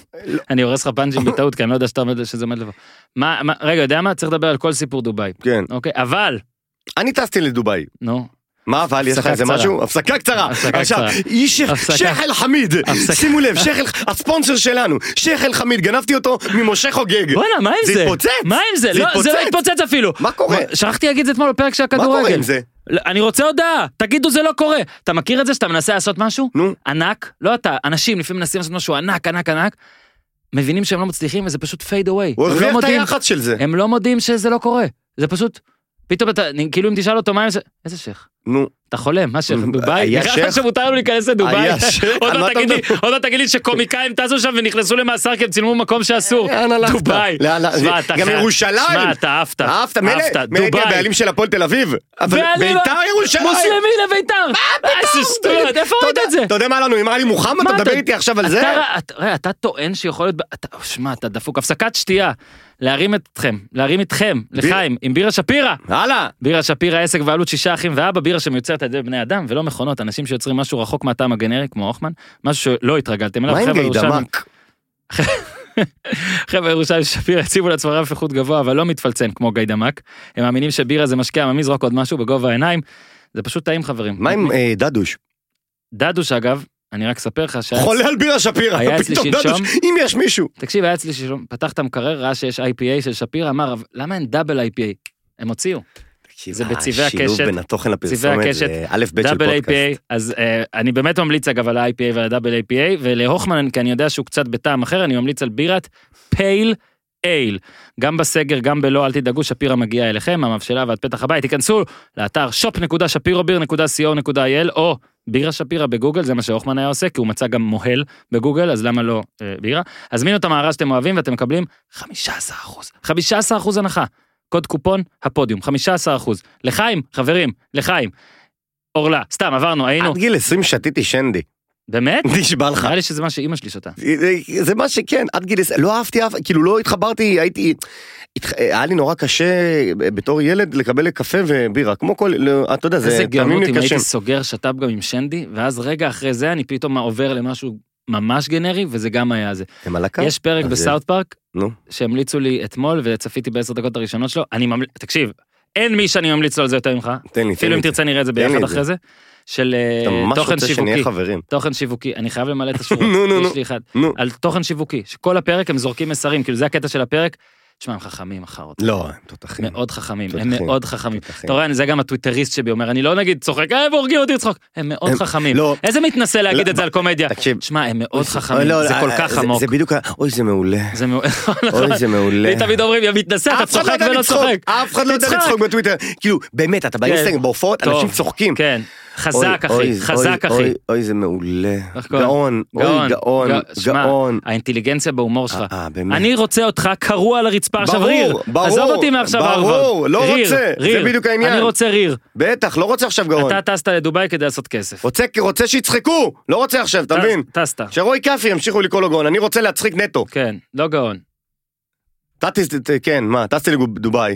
אני הורס לך פאנג'ים בטעות, כי אני לא יודע שאתה עומד שזה עומד לבוא. מה, מה- רגע, יודע מה? צריך לדבר על כל סיפור דובאי. כן. אוקיי, אבל... אני טסתי לדובאי. נו. מה אבל, יש לך הפסקה איזה קצרה. משהו? הפסקה קצרה. הפסקה עכשיו, קצרה. איש הפסקה. שייח אל חמיד, הפסקה. שימו לב, שייח אל, הספונסר שלנו, שייח אל חמיד, גנבתי אותו ממשה חוגג. בוא'נה, מה עם זה? זה התפוצץ. מה עם זה? זה לא, זה לא התפוצץ. התפוצץ אפילו. מה קורה? שכחתי להגיד את זה אתמול בפרק של מה הכדורגל. קורה עם זה? לא, אני רוצה הודעה, תגידו זה לא קורה. אתה מכיר את זה שאתה מנסה לעשות משהו? נו. ענק, לא אתה, אנשים לפעמים מנסים לעשות משהו ענק, ענק, ענק, מבינים שהם לא מצליחים וזה פשוט fade away. הוא הם לא הרוויח את מודים- היחס של זה. הם לא מודים שזה לא קורה. זה פשוט, פתאום אתה, כאילו אם תשאל אותו מה זה, איזה שייח? נו. אתה חולם, מה שייח? דובאי? היה נראה לך שייח? שמותר לנו להיכנס לדובאי? היה שייח? עוד על לא מה אתה תגיד לי, מדבר? עוד לא תגיד לי שקומיקאים טסו שם ונכנסו למאסר כי הם צילמו במקום שאסור. לאן הלכת? דובאי. לאן- שמע, אתה גם חי- ירושלים. שמע, אתה אהבת. אהבת, מילא, אהבת, מילא הייתי דובאי. הבעלים של הפועל תל אביב. אבל בעלים- ביתר ירושלים. מוסלמי לביתר. איזה שטויות, איפה אתה ראית יודע- את זה? אתה יודע מה לנו, אם היה לי מוחמד, מה אתה מדבר איתי עכשיו על זה? אתה- אתה- ראה, אתה טוען שיכול להיות, אתה- שמע, אתה דפוק, הפסקת שתייה, להרים אתכם, להרים אתכם, לחיים, עם בירה שפירא. הלאה. בירה שפירא, עסק ועלות שישה אחים ואבא, בירה שמיוצרת על ידי בני אדם, ולא מכונות, אנשים שיוצרים משהו רחוק מהטעם הגנרי, כמו הוחמן, משהו שלא התרגלתם אליו. מה עם חבר'ה ירושלמים- גיידמק? חבר'ה ירושלים שפירא הציבו לעצמם רף איכות גבוה, אבל לא מתפלצן כמו גיידמק. הם מאמינים שבירה זה משקיע, ממי זרוק עוד משהו בגובה העיניים. זה פשוט טעים, חברים. מה עם אה, דדוש? דדוש, אגב, אני רק אספר לך שהיה... חולה על בירה שפירא. היה אצלי פתאום שלשום. דדוש, אם יש מישהו. תקשיב, היה אצלי שלום, פתח את המקרר, ראה שיש איי פי איי של שפירא, אמר, "אבל למה אין דאבל איי פי איי? הם הוציאו. זה בצבעי הקשת, השילוב בין התוכן צבעי לפרסומת הקשת, זה א' ב' של דאבל איי פי איי, פודקאסט. אז אה, אני באמת ממליץ אגב על ה-איי פי איי ועל ה-דאבל איי פי איי, ולהוחמן, כי אני יודע שהוא קצת בטעם אחר, אני ממליץ על בירת פייל אייל. גם בסגר, גם בלא, אל תדאגו, שפירא מגיע אליכם, המבשלה ועד פתח הבית, תיכנסו לאתר שופ נקודה שפירו ביר נקודה סי או נקודה איי אל, או בירה שפירא בגוגל, זה מה שהוחמן היה עושה, כי הוא מצא גם מוהל בגוגל, אז למה לא אה, בירה? הזמינו את המארז שאתם אוהבים, ואתם מקבלים חמישה עשר אחוז, חמישה עשר אחוז הנחה. קוד קופון הפודיום, חמישה עשר אחוז. לחיים, חברים, לחיים. אורלה, סתם, עברנו, היינו. עד גיל עשרים שתיתי שנדי. באמת? נשבע לך. נראה לי שזה מה שאימא שלי שותה. זה מה שכן, עד גיל עשרים, לא אהבתי אף, כאילו לא התחברתי, הייתי, התח- היה לי נורא קשה בתור ילד לקבל קפה ובירה, כמו כל, לא, אתה יודע, איזה זה טעמים גאונות לי אם קשים. הייתי סוגר שת"פ גם עם שנדי, ואז רגע אחרי זה אני פתאום עובר למשהו ממש גנרי, וזה גם היה זה. הם על הקו? יש פרק אז בסאוט פארק, נו. שהמליצו לי אתמול, וצפיתי בעשר דקות הראשונות שלו, אני ממליץ, תקשיב, אין מי שאני ממליץ לו על זה יותר ממך, תן לי, תן אפילו לי. אם תרצה נראה את זה תן לי ביחד את זה. אחרי זה, של אתה אה, ממש תוכן רוצה שיווקי. שנהיה חברים. תוכן שיווקי, אני חייב למלא את השורות, נו, נו, נו. יש לי אחד, נו. על תוכן שיווקי, שכל הפרק הם זורקים מסרים, כאילו זה הקטע של הפרק, תשמע, הם חכמים אחרות. לא, הם תותחים. מאוד חכמים, תותחים, הם מאוד חכמים. תותחים. אתה רואה, זה גם הטוויטריסט שבי אומר, אני לא נגיד צוחק, אה, הורגים אותי לצחוק. הם מאוד הם- חכמים. לא. איזה מתנסה להגיד לא, את זה על קומדיה? תקשיב. תשמע, הם מאוד חכמים, לא, זה לא, כל כך זה- עמוק. זה בדיוק, ה- אוי, זה מעולה. זה מאוד... אוי, זה מעולה. לי תמיד אומרים, יא מתנסה, אתה אף אחד לא צוחק יודע ולא לצחוק, צוחק. אף אחד לא יודע תצחק. לצחוק בטוויטר. כאילו, באמת, אתה באינסטגרם, בהופעות, טוב, אנשים צוחקים. כן, חזק אוי, אחי, אוי, חזק אוי, אחי. אוי, אוי, זה מעולה. נכון. גאון, אוי, גאון, שמע, גאון. האינטליגנציה בהומור שלך. אה, אה, באמת. אני רוצה אותך קרוע על הרצפה עכשיו ריר. ברור, עזוב אותי מעכשיו ברור, הרווארד. לא ריר, רוצה, ריר. זה בדיוק העניין. אני רוצה ריר. בטח, לא רוצה עכשיו גאון. אתה טסת לדוביי כדי לעשות כסף. רוצה, רוצה שיצחקו, לא רוצה עכשיו, אתה מבין? טסת. שרועי קפי ימשיכו לקרוא לו גאון, אני רוצה להצחיק נטו. כן, לא גאון. טסתי, כן, מה, טסתי לדובאי.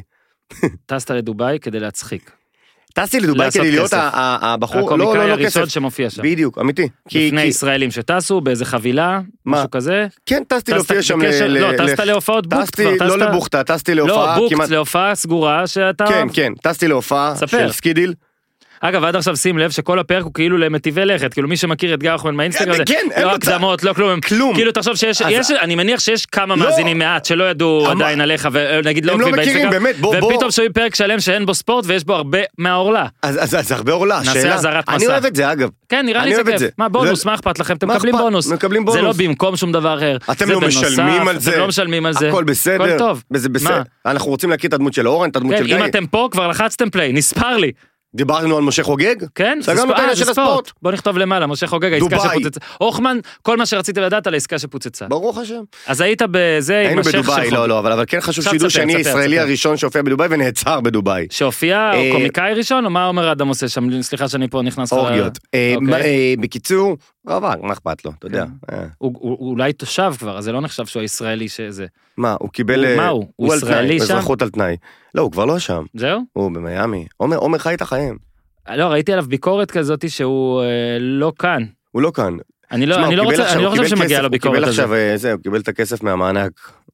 טסת לדוביי כדי להצחיק. טסתי לדובאי לעשות כדי להיות כסף. ה- ה- הבחור, לא, הקומיקאי לא, לא הראשון כסף. שמופיע שם. בדיוק, אמיתי. כי- לפני כי- ישראלים שטסו באיזה חבילה, מה? משהו כזה. כן, טסתי טסת להופיע שם. בקשר- ל- לא, ל- טסת להופעות בוקט טסתי, כבר, לא טסת- לבוכתה, טסתי לא, להופעה בוקט, כמעט. להופעה סגורה שאתה... כן, כן, טסתי להופעה ספר. של סקידיל. אגב, עד עכשיו שים לב שכל הפרק הוא כאילו למטיבי לכת, כאילו מי שמכיר את גיא הוחמן מהאינסטגרם, כן, זה כן, אין לא לו הקדמות, לא כלום, כלום. כאילו תחשוב שיש, אז- יש- אני מניח שיש כמה לא. מאזינים מעט שלא ידעו אבל- עדיין עליך, ונגיד לא הם לא עוקבים מכירים, באינסטגרם, באמת, בוא- בוא. ופתאום שומעים פרק שלם שאין בו ספורט ויש בו הרבה מהעורלה. אז אז- אז הרבה עורלה, נעשה שאלה. אזהרת אני מסע. אוהב את זה, אגב. כן, נראה אני לי זה אוהב את כיף. זה. מה בונוס, זה- מה אכפת לכם? אתם מה מקבלים אכפת? בונוס. מקבלים זה לא בונוס. במקום שום דבר אחר. אתם זה לא בנוסף, משלמים על זה. אתם לא משלמים על זה. הכל בסדר. הכל טוב. וזה בסדר. מה? אנחנו רוצים להכיר את הדמות של אורן, את הדמות כן, של גיא. אם אתם פה כבר לחצתם פליי, נספר לי. דיברנו על משה חוגג? כן, זה סגרנו ספורט. את העניין אה, זה של ספורט. הספורט. בוא נכתוב למעלה, משה חוגג, העסקה דובאי. שפוצצה. הוחמן, כל מה שרציתי לדעת על העסקה שפוצצה. ברוך השם. אז היית בזה עם היינו השייח בדובאי, שלך. לא, לא, אבל אבל כן חשוב עכשיו שידעו תספר, שאני תספר, הישראלי תספר. הראשון שהופיע בדובאי ונעצר בדובאי. שהופיע אה, קומיקאי ראשון, או מה עומר אדם עושה שם? סליחה שאני פה נכנס לך... אורגיות. אה, אוקיי. מה, אה, בקיצור, רווק, מה אכפת לו, אתה יודע. אה. הוא הוא- הוא אולי תושב כבר, אז זה לא נחשב שהוא הישראלי שזה. מה, הוא קיבל... הוא- אה, מה הוא? הוא על תנאי, ישראלי שם? אזרחות על תנאי. לא, הוא כבר לא שם, זהו? הוא במיאמי. עומר עומר חי את החיים. לא, ראיתי עליו ביקורת כזאת שהוא אה, לא כאן. הוא לא כאן. אני לא תשמע, אני הוא לא קיבל רוצה, עכשיו- אני לא הוא חושב קיבל שמגיע כסף, לו הוא ביקורת קיבל על זה. עכשיו, אה, זה, הוא קיבל את הכסף מהמענק.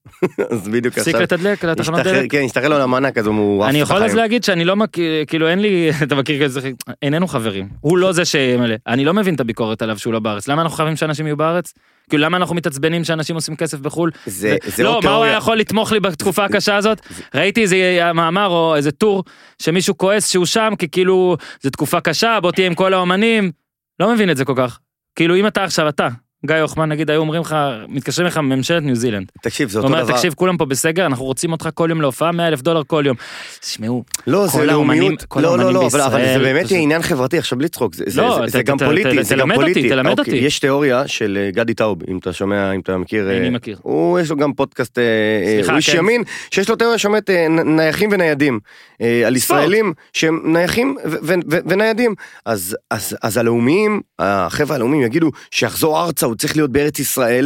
אז בדיוק הפסיק עכשיו... לתדלק, לתחנות השתחרר- דלק. כן, השתחרר לו למענק, אז הוא מעורף אני את יכול אז החיים. להגיד שאני לא מכיר, כאילו אין לי, אתה מכיר כזה, איננו חברים. הוא לא זה שמלא. אני לא מבין את הביקורת עליו שהוא לא בארץ. למה אנחנו חייבים שאנשים יהיו בארץ? כאילו למה אנחנו מתעצבנים שאנשים עושים כסף בחול? זה- ו- זה לא, עוד מה הוא תיאוריה. היה יכול לתמוך לי בתקופה הקשה הזאת? ראיתי איזה מאמר או איזה טור שמישהו כועס שהוא שם, כי כאילו זה תקופה קשה, בוא תהיה עם כל האומנים. לא מבין את זה כל כך. כאילו אם אתה עכשיו, אתה, גיא הוחמן נגיד, היו אומרים לך, מתקשרים לך מממשלת ניו זילנד. תקשיב, זה הוא אותו אומר, דבר. תקשיב, כולם פה בסגר, אנחנו רוצים אותך כל יום להופעה, מאה אלף דולר כל יום. תשמעו, לא, זה כל האומנים- לאומיות. כל לא, לא, האומנים לא, אבל אבל זה בישראל, באמת פשוט- עניין חברתי, עכשיו בלי צחוק, זה- זה- לא, זה- ת- זה גם ת- פוליטי, ת- זה גם תלמד אותי, פוליטי. תלמד אוקיי, אותי. יש תיאוריה של אה, גדי טאוב, אם אתה שומע, אם אתה מכיר, אה, איני מכיר. הוא יש לו גם פודקאסט, אה, אה, סליחה, הוא איש כן. ימין, שיש לו תיאוריה שאומרת אה, נ- נייחים וניידים, אה, על ישראלים שהם נייחים ו- ו- ו- וניידים, אז אז- אז הלאומיים, החבר'ה הלאומיים יגידו שיחזור ארצה, הוא צריך להיות בארץ ישראל,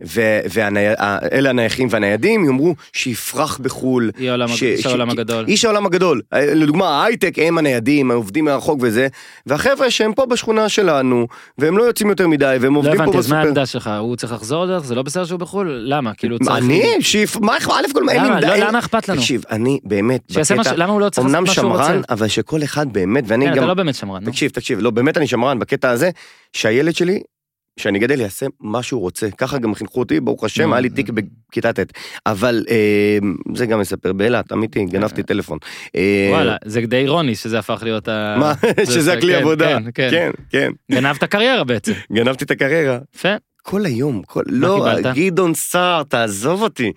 ואלה הנייחים והניידים יאמרו שיפרח בחול. היא העולם- ש- איש ש- העולם הגדול. איש העולם הגדול. לדוגמה, ההייטק הם הניידים, העובדים מהרחוק וזה, והחבר'ה שהם פה בשכונה שלנו, והם לא יוצאים יותר מדי, והם לא עובדים פה הבנתי, אז מה בסופר. העמדה שלך? הוא צריך לחזור לדרך? זה לא בסדר שהוא בחו"ל? למה? כאילו הוא צריך... אני, שיפ... מה אכפת? א' כל, אין לי למה? עמדה. לא, אין- למה אכפת לנו? תקשיב, אני באמת, שיעשה מה ש- למה הוא לא צריך אמנם לעשות מה שהוא שמרן, רוצה? אבל שכל אחד באמת, ואני כן, גם... אתה לא באמת שמרן, נו. תקשיב, תקשיב, לא, באמת אני שמרן בקטע הזה, שהילד שלי, שאני גדל יעשה מה שהוא רוצה, ככה גם חינכו אותי, ברוך השם, נו, היה לי תיק בכיתה ט', אבל אה, זה גם מספר באילת, אמיתי, גנבתי טלפון. אה, וואלה, זה די אירוני שזה הפך להיות ה... מה, זה- שזה הכלי כן, עבודה, כן, כן. כן, כן, גנבת קריירה בעצם. גנבתי את הקריירה, יפה. כל היום, כל- לא, קיבלת? גדעון סער, תעזוב אותי,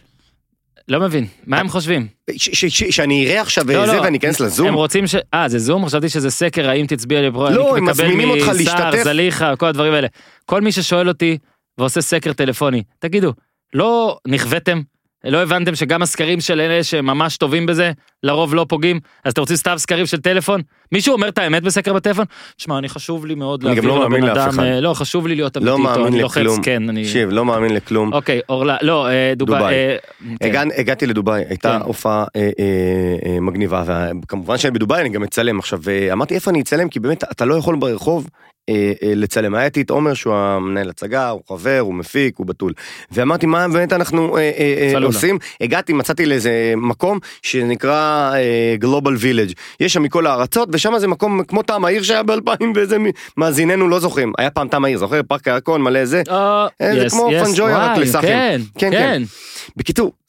לא מבין, מה הם חושבים? ש- ש- ש- שאני אראה עכשיו לא, זה לא. ואני אכנס לזום, הם רוצים ש... אה, זה זום? חשבתי שזה סקר, האם תצביע לי פה, לא, אני הם מקבל מזמינים אותך מסער, להשתתף. זליכה, כל הדברים האלה. כל מי ששואל אותי ועושה סקר טלפוני, תגידו, לא נכוויתם? לא הבנתם שגם הסקרים של אלה שממש טובים בזה, לרוב לא פוגעים, אז אתם רוצים סתם סקרים של טלפון? מישהו אומר את האמת בסקר בטלפון? שמע, אני חשוב לי מאוד אני גם להעביר לא מאמין לבן לאף אדם, אחד. אה, לא, חשוב לי להיות אמיתי לא איתו, מאמין אני לוחץ, לכלום, כן, אני... תקשיב, לא מאמין לכלום, אוקיי, אורלה, לא, אה, דובאי, דובאי. אה, כן. הגע- הגעתי לדובאי, הייתה כן. הופעה אה, אה, אה, מגניבה, וכמובן שאני בדובאי אני גם מצלם. עכשיו, אה, אמרתי איפה אני אצלם, כי באמת אתה לא יכול ברחוב אה, אה, לצלם. היה איתי את עומר שהוא המנהל הצגה, הוא חבר, הוא מפיק, הוא בתול. ואמרתי מה באמת אנחנו אה, אה, אה, צלולה. עושים. הגעתי, מצאתי לאיזה מקום שנקרא אה, גלובל וילג'. יש שם מכל הארצות, ושם זה מקום כמו טעם העיר שהיה באלפיים, ואיזה מאזיננו לא זוכרים. היה פעם טעם העיר, זוכר? פארק הירקון, מלא זה. אה, אה, זה yes, כמו yes, פנג'ויה, רק וואי, לסאחים. כן, כן, כן. בקיצור,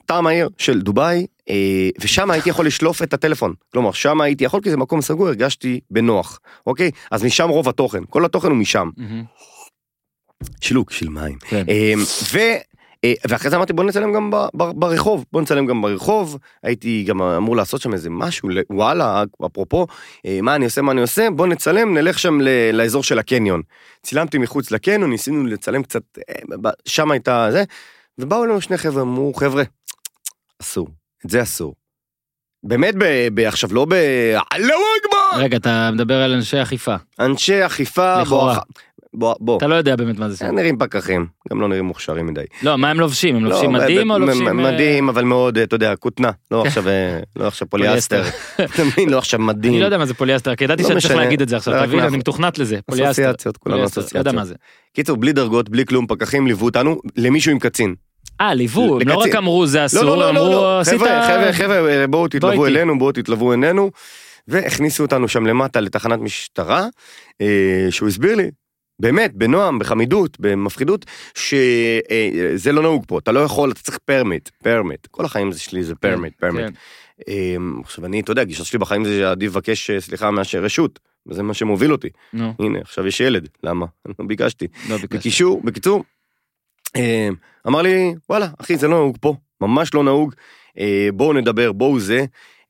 תא מהיר של דוביי, ושם הייתי יכול לשלוף את הטלפון, כלומר, שם הייתי יכול, כי זה מקום סגור, הרגשתי בנוח, אוקיי? אז משם רוב התוכן, כל התוכן הוא משם. שילוק של מים. ו... ואחרי זה אמרתי בוא נצלם גם ברחוב, בוא נצלם גם ברחוב, הייתי גם אמור לעשות שם איזה משהו, וואלה, אפרופו, מה אני עושה, מה אני עושה, בוא נצלם, נלך שם לאזור של הקניון. צילמתי מחוץ לקניון, ניסינו לצלם קצת, שם הייתה זה, ובאו לנו שני חבר'ה, אמרו, חבר'ה, אסור, את זה אסור. באמת, עכשיו לא ב... רגע, אתה מדבר על אנשי אכיפה. אנשי אכיפה, לכאורה. בוא, בוא. אתה לא יודע באמת מה זה. הם נראים פקחים, גם לא נראים מוכשרים מדי. לא, מה הם לובשים? הם לובשים מדים או לובשים... מדים, אבל מאוד, אתה יודע, כותנה. לא עכשיו, לא עכשיו פוליאסטר. אתה מבין, לא עכשיו מדים. אני לא יודע מה זה פוליאסטר, כי ידעתי שאני צריך להגיד את זה עכשיו, תבין, אני מתוכנת לזה. אסוציאציות, כולנו אסוציאציות. לא יודע מה זה. קיצור, בלי דרגות, בלי כלום, פקחים ליוו אותנו, למישהו עם קצין. אה, ליוו, הם לא רק אמרו זה אסור, אמרו, עשית... חבר'ה, חבר'ה, בואו תתלוו אלינו, בואו תתלוו אלינו, והכניסו אותנו שם למטה לתחנת משטרה, שהוא הסביר לי, באמת, בנועם, בחמידות, במפחידות, שזה לא נהוג פה, אתה לא יכול, אתה צריך פרמיט, פרמיט, כל החיים שלי זה פרמיט, פרמיט. עכשיו אני, אתה יודע, גישה שלי בחיים זה שעדיף לבקש סליחה מאשר רשות, וזה מה שמוביל אותי. הנה, עכשיו יש ילד, למה? לא ביקשתי. בקישור, בקיצור, אמר לי, וואלה, אחי, זה לא נהוג פה, ממש לא נהוג, בואו נדבר, בואו זה,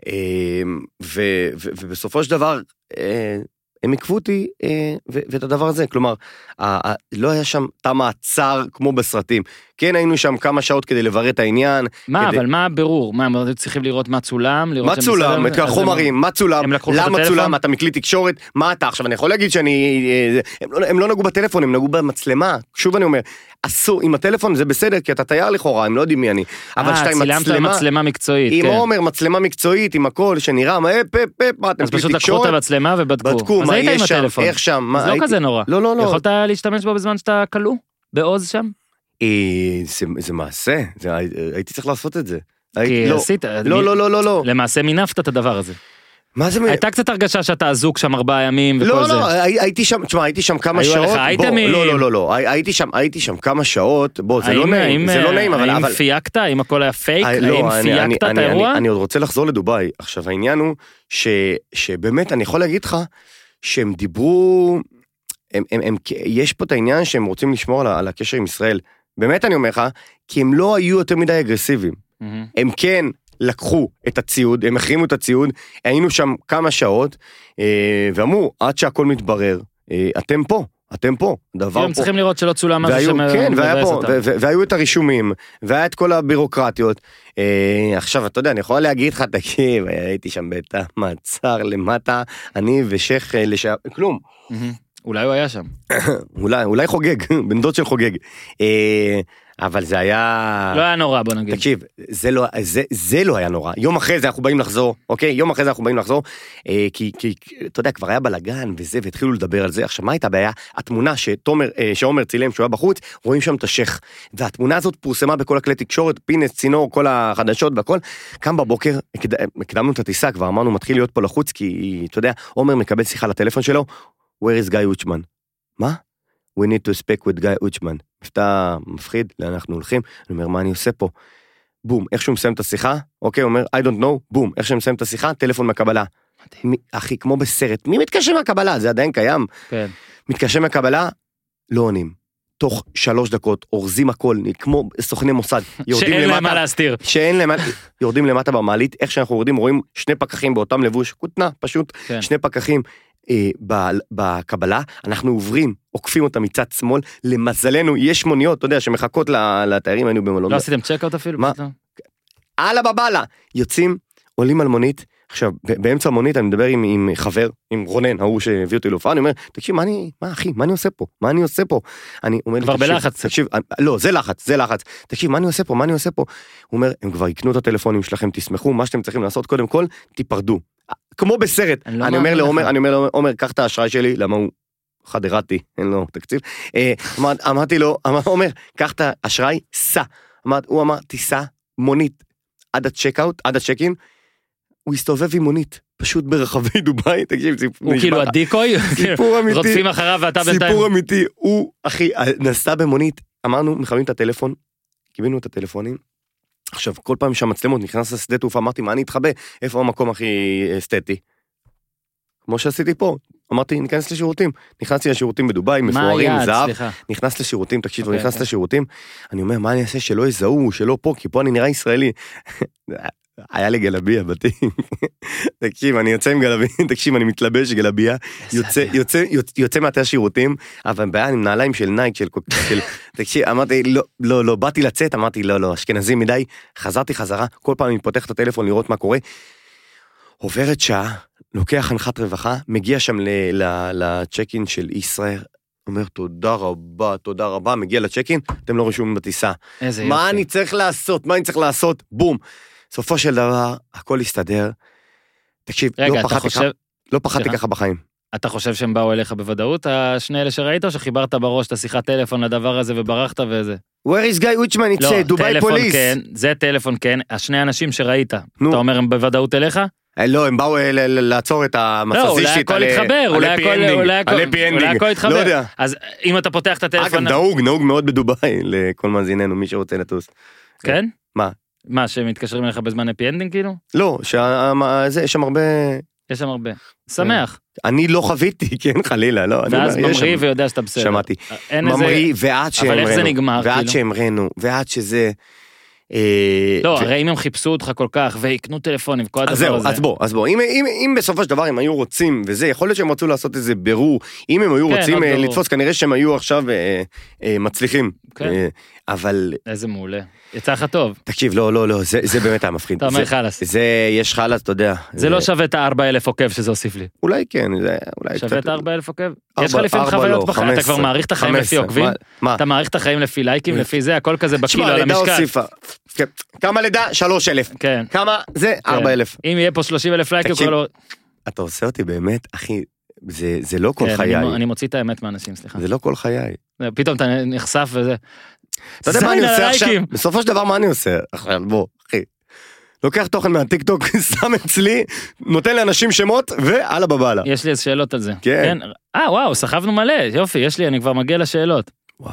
ובסופו של דבר, הם עקבו אותי ואת הדבר הזה, כלומר, לא היה שם תא מעצר כמו בסרטים, כן היינו שם כמה שעות כדי לברר את העניין. מה, אבל מה הבירור? מה, הם צריכים לראות מה צולם? מה צולם? את החומרים, מה צולם? למה צולם? אתה מכלי תקשורת? מה אתה? עכשיו אני יכול להגיד שאני, הם לא נגעו בטלפון, הם נגעו במצלמה, שוב אני אומר, אסור, עם הטלפון זה בסדר, כי אתה תייר לכאורה, הם לא יודעים מי אני. אה, צילמת מצלמה מקצועית. עם עומר, מצלמה מקצועית, עם הכל, שנראה, מה, פ, פ, מה, אתם אז פשוט לקחו את המצלמה ובדקו. מה יש שם, איך שם. אז לא כזה נורא. לא, לא, לא. יכולת להשתמש בו בזמן שאתה קלו? בעוז שם? זה מעשה, הייתי צריך לעשות את זה. כי עשית. לא, לא, לא, לא. למעשה מינפת את הדבר הזה. מה זה? הייתה קצת הרגשה שאתה אזוק שם ארבעה ימים וכל זה. לא, לא, הייתי שם, תשמע, הייתי שם כמה שעות. היו לך אייטמים? לא, לא, לא, לא, הייתי שם, הייתי שם כמה שעות, בוא, זה לא נעים, זה לא נעים, אבל... האם פייקת? האם הכל היה פייק? האם פייקת את האירוע? אני עוד רוצה לחזור לדוביי. עכשיו, העניין הוא שבאמת, אני יכול להגיד לך, שהם דיברו, יש פה את העניין שהם רוצים לשמור על הקשר עם ישראל. באמת אני אומר לך, כי הם לא היו יותר מדי אגרסיביים. הם כן לקחו את הציוד, הם החרימו את הציוד, היינו שם כמה שעות, ואמרו, עד שהכל מתברר, אתם פה, אתם פה, דבר פה. הם צריכים לראות שלא צולם משהו שמבאס אותם. כן, והיה פה, והיו את הרישומים, והיה את כל הבירוקרטיות. עכשיו, אתה יודע, אני יכול להגיד לך, תקשיב, הייתי שם בתא מעצר למטה, אני ושייך לשעבר, כלום. אולי הוא היה שם. אולי, אולי חוגג, בן דוד של חוגג. אבל זה היה... לא היה נורא, בוא נגיד. תקשיב, זה לא, זה, זה לא היה נורא. יום אחרי זה אנחנו באים לחזור, אוקיי? יום אחרי זה אנחנו באים לחזור, אה, כי, כי, אתה יודע, כבר היה בלגן וזה, והתחילו לדבר על זה. עכשיו, מה הייתה בעיה? התמונה שתומר, אה, שעומר צילם שהוא היה בחוץ, רואים שם את השייך. והתמונה הזאת פורסמה בכל הכלי תקשורת, פינס, צינור, כל החדשות והכל. קם בבוקר, הקדמנו את הטיסה, כבר אמרנו, מתחיל להיות פה לחוץ, כי, אתה יודע, עומר מקבל שיחה לטלפון שלו, Where is Guy Uchman? מה? We need to speak with Guy Uchman. מבטא מפחיד, לאן אנחנו הולכים? אני אומר, מה אני עושה פה? בום, איך שהוא מסיים את השיחה? אוקיי, הוא אומר, I don't know, בום, איך שהוא מסיים את השיחה? טלפון מהקבלה. מי, אחי, כמו בסרט, מי מתקשר מהקבלה? זה עדיין קיים. כן. מתקשר מהקבלה, לא עונים. תוך שלוש דקות, אורזים הכל, כמו סוכני מוסד. שאין להם מה להסתיר. שאין להם, יורדים למטה במעלית, איך שאנחנו יורדים, רואים שני פקחים באותם לבוש, כותנה, פשוט, כן. שני פקחים, בקבלה, אנחנו עוברים, עוקפים אותה מצד שמאל, למזלנו, יש מוניות, אתה יודע, שמחכות לתיירים, היינו במלון. לא עשיתם צ'קאוט אפילו? מה? הלאה בבאללה, יוצאים, עולים על מונית, עכשיו, באמצע המונית אני מדבר עם, עם חבר, עם רונן, ההוא שהביא אותי להופעה, אני אומר, תקשיב, מה אני, מה אחי, מה אני עושה פה? מה אני עושה פה? אני אומר, כבר תקשיב, בלחץ. תקשיב, לא, זה לחץ, זה לחץ. תקשיב, מה אני עושה פה? מה אני עושה פה? הוא אומר, הם כבר יקנו את הטלפונים שלכם, תשמחו, מה שאתם צריכים לעשות, קודם כל, תיפרדו. כמו בסרט. אני, אני אומר לעומר, אני אומר לעומר, קח את האשראי שלי, למה הוא חדרתי, אין לו תקציב. אמר, אמרתי לו, אמר, עומר, קח את האשראי, סע. אמר, הוא אמר, תיסע מונית עד הצ'קאוט, עד הצ'קין, הוא הסתובב עם מונית, פשוט ברחבי דוביי, תקשיב, הוא כאילו הדיקוי, סיפור אמיתי, רודפים אחריו ואתה בינתיים. סיפור אמיתי, הוא, אחי, נסע במונית, אמרנו, מחברים את הטלפון, קיבלנו את הטלפונים, עכשיו, כל פעם שהמצלמות נכנס לשדה תעופה, אמרתי, מה אני אתחבא? איפה המקום הכי אסתטי? כמו שעשיתי פה, אמרתי, ניכנס לשירותים. נכנסתי לשירותים בדוביי, מפוארים, זהב, נכנס לשירותים, תקשיב, הוא נכנס לשירותים, אני אומר, מה אני אעשה שלא יזהו, שלא פה, כי פה אני נראה ישראלי. היה לי גלביה בתים. תקשיב, אני יוצא עם גלביה, תקשיב, אני מתלבש גלביה, יוצא מהתי השירותים, אבל בעיה עם נעליים של נייק, של, תקשיב, אמרתי, לא, לא, לא, באתי לצאת, אמרתי, לא, לא, אשכנזי מדי, חזרתי חזרה, כל פעם אני פותח את הטלפון לראות מה קורה, עוברת שעה, לוקח הנחת רווחה, מגיע שם לצ'קין של ישראל, אומר תודה רבה, תודה רבה, מגיע לצ'קין, אתם לא רשומים בטיסה. מה אני צריך לעשות? מה אני צריך לעשות? בום. סופו של דבר, הכל יסתדר. תקשיב, רגע, לא פחדתי חושב... ככה, לא פחדתי ככה בחיים. אתה חושב שהם באו אליך בוודאות, השני אלה שראית, או שחיברת בראש את השיחת טלפון לדבר הזה וברחת וזה? Where is Guy Wichman? It's a Dubai police. כן, זה טלפון כן, השני אנשים שראית, אתה אומר הם בוודאות אליך? לא, הם באו לעצור את המסזיסטית על אפי אנדינג. לא יודע. אז אם אתה פותח את הטלפון... אגב, נהוג, נהוג מאוד בדוביי, לכל מאזיננו, מי שרוצה לטוס. כן? מה? מה, שמתקשרים אליך בזמן אפי אנדינג כאילו? לא, יש שם הרבה... יש שם הרבה. שמח. אני לא חוויתי, כן, חלילה, לא. ואז ממריא ויודע שאתה בסדר. שמעתי. ממריא, ועד שהמרנו. אבל איך זה נגמר? ועד שהמרנו, ועד שזה... לא, הרי אם הם חיפשו אותך כל כך, ויקנו טלפונים, כל הדבר הזה. אז בוא, אז בוא, אם בסופו של דבר הם היו רוצים, וזה, יכול להיות שהם רצו לעשות איזה בירור, אם הם היו רוצים לתפוס, כנראה שהם היו עכשיו מצליחים. אבל... איזה מעולה. יצא לך טוב. תקשיב, לא, לא, לא, זה באמת היה מפחיד. אתה אומר חלס. זה, יש חלס, אתה יודע. זה לא שווה את ה-ארבע אלף עוקב שזה הוסיף לי. אולי כן, זה אולי שווה את ה-ארבע אלף עוקב? יש לך לפעמים חוויות בחיים, אתה כבר מעריך את החיים לפי עוקבים? אתה מעריך את החיים לפי לייקים, לפי זה, הכל כזה בקילו על המשקל. כמה לידה? שלוש אלף. כן. כמה? זה ארבע אלף. אם יהיה פה שלושים אלף לייקים, אתה עושה אותי באמת, אחי, זה לא כל חיי. אני מוציא את האמת מהאנשים, סליחה. זה לא כל חיי. פתאום אתה נחשף וזה. אתה יודע מה אני עושה עכשיו? בסופו של דבר מה אני עושה? בוא, אחי. לוקח תוכן מהטיק טוק, שם אצלי, נותן לאנשים שמות, ועלה בבעלה. יש לי איזה שאלות על זה. כן. אה, וואו, סחבנו מלא, יופי, יש לי, אני כבר מגיע לשאלות. וואו.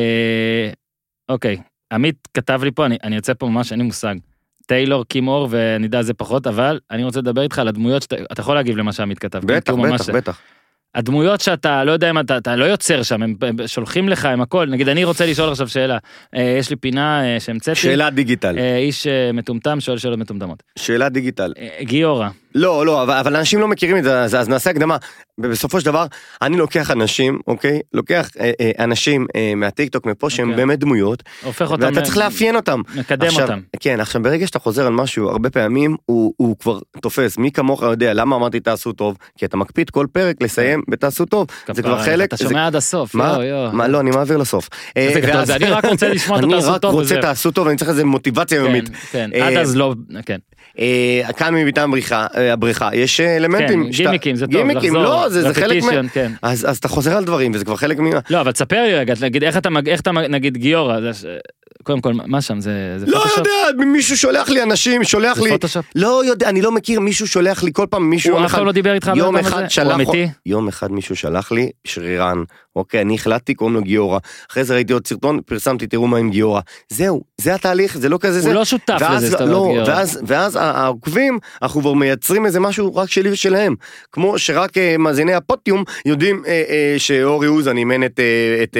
אוקיי, עמית כתב לי פה, אני יוצא פה ממש, אין לי מושג. טיילור, קימור, ואני יודע זה פחות, אבל אני רוצה לדבר איתך על הדמויות שאתה, אתה יכול להגיב למה שעמית כתב. בטח, בטח, בטח. הדמויות שאתה לא יודע אם אתה, אתה לא יוצר שם, הם שולחים לך עם הכל, נגיד אני רוצה לשאול עכשיו שאלה, יש לי פינה שהמצאתי. שאלה דיגיטל. איש מטומטם שואל שאלות מטומטמות. שאלה דיגיטל. גיורא. לא, לא, אבל, אבל אנשים לא מכירים את זה, אז נעשה הקדמה. ובסופו של דבר, אני לוקח אנשים, אוקיי? לוקח אה, אה, אנשים אה, מהטיקטוק, מפה, שהם אוקיי. באמת דמויות. הופך אותם. ואתה צריך לאפיין אותם. מקדם עכשיו, אותם. כן, עכשיו, ברגע שאתה חוזר על משהו, הרבה פעמים, הוא, הוא כבר תופס. מי כמוך יודע, למה אמרתי תעשו טוב? כי אתה מקפיד כל פרק לסיים בתעשו טוב. זה כבר חלק. אתה שומע עד הסוף, מה? מה? לא, אני מעביר לסוף. אני רק רוצה לשמוע את תעשו טוב. אני רק רוצה תעשו טוב, אני צריך איזה מוטיבציה יומית. כן, עד אז לא, כן. כאן מביתם הבריכה, יש אלמנטים, גימיקים, זה טוב, גימיקים, לא, זה חלק מה, אז אתה חוזר על דברים, וזה כבר חלק מה. לא, אבל תספר לי רגע, נגיד, איך אתה, נגיד גיורא, קודם כל, מה שם, זה לא יודע, מישהו שולח לי, אנשים שולח לי, לא יודע, אני לא מכיר, מישהו שולח לי כל פעם, מישהו, הוא אף פעם לא דיבר איתך, יום אחד שלח, יום אחד מישהו שלח לי, שרירן, אוקיי, אני החלטתי, קוראים לו גיורא, אחרי זה ראיתי עוד סרטון, פרסמתי, תראו מה עם גיורא, זהו, זה התהליך, זה לא כזה זה. הוא לא שותף לזה, ואז העוקבים, אנחנו כבר מייצרים איזה משהו רק שלי ושלהם, כמו שרק מאזיני הפודיום יודעים שאורי אוזן אימן את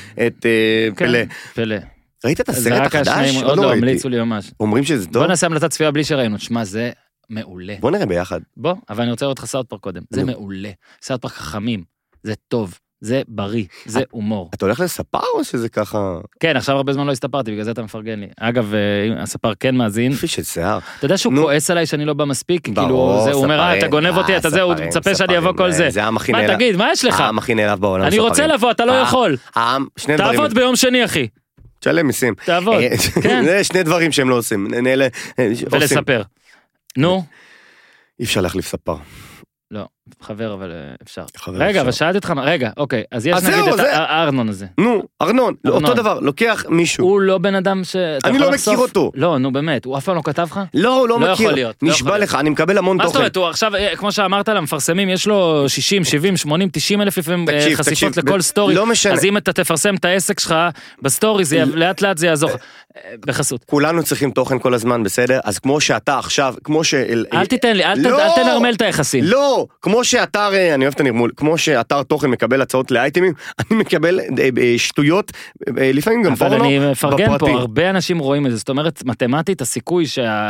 פלא. פלא. ראית את הסרט החדש? עוד לא, המליצו לי ממש. אומרים שזה טוב? בוא נעשה המלצת צפייה בלי שראינו, שמה זה מעולה. בוא נראה ביחד. בוא, אבל אני רוצה לראות לך סאוט פארק קודם, זה מעולה. סאוט פארק חכמים, זה טוב. זה בריא, זה הומור. אתה הולך לספר או שזה ככה? כן, עכשיו הרבה זמן לא הסתפרתי, בגלל זה אתה מפרגן לי. אגב, הספר כן מאזין. כפי ששיער. אתה יודע שהוא כועס עליי שאני לא בא מספיק, כאילו, הוא אומר, אתה גונב אותי, אתה זה, הוא מצפה שאני אבוא כל זה. זה העם הכי נעלב. מה תגיד, מה יש לך? העם הכי נעלב בעולם. אני רוצה לבוא, אתה לא יכול. העם, שני דברים. תעבוד ביום שני, אחי. תשלם מיסים. תעבוד, כן. זה שני דברים שהם לא עושים. ולספר. נו. אי אפשר להחליף ספר. לא, חבר, אבל אפשר. חבר רגע, אפשר. אבל שאלתי אותך, רגע, אוקיי, אז יש אז נגיד זהו, את זה- הארנון הזה. נו, ארנון, ארנון. אותו דבר, לוקח מישהו. הוא לא בן אדם ש... אתה אני יכול לא לחשוף? מכיר אותו. לא, נו באמת, הוא אף פעם לא כתב לך? לא, הוא לא לא מכיר. יכול להיות, לא יכול נשבע להיות. לך, אני מקבל המון מה זאת תוכן. אומרת, הוא עכשיו, אה, כמו שאמרת למפרסמים, יש לו שישים, שבעים, שמונים, תשעים אלף לפעמים אה, תקשיב, חשיפות תקשיב, לכל ב- סטורי, לא משנה. אז אם אתה תפרסם את העסק שלך בסטורי, זה י- לאט לאט זה יעזור לך. אה, בחסות. כולנו צריכים תוכן כל הזמן, בסדר? אז כמו שאתה עכשיו, כמו ש... אל תיתן לי, אל ת- לא! אל תנרמל את היחסים. לא, כמו שאתר, אה, אני אוהב את הנרמול, כמו שאתר תוכן מקבל הצעות לאייטמים, אני מקבל אה, אה, שטויות, אה, לפעמים גם אבל פורנו, אני מפרגן פה, בפרטי. הרבה אנשים רואים את זה, זאת אומרת, מתמטית, הסיכוי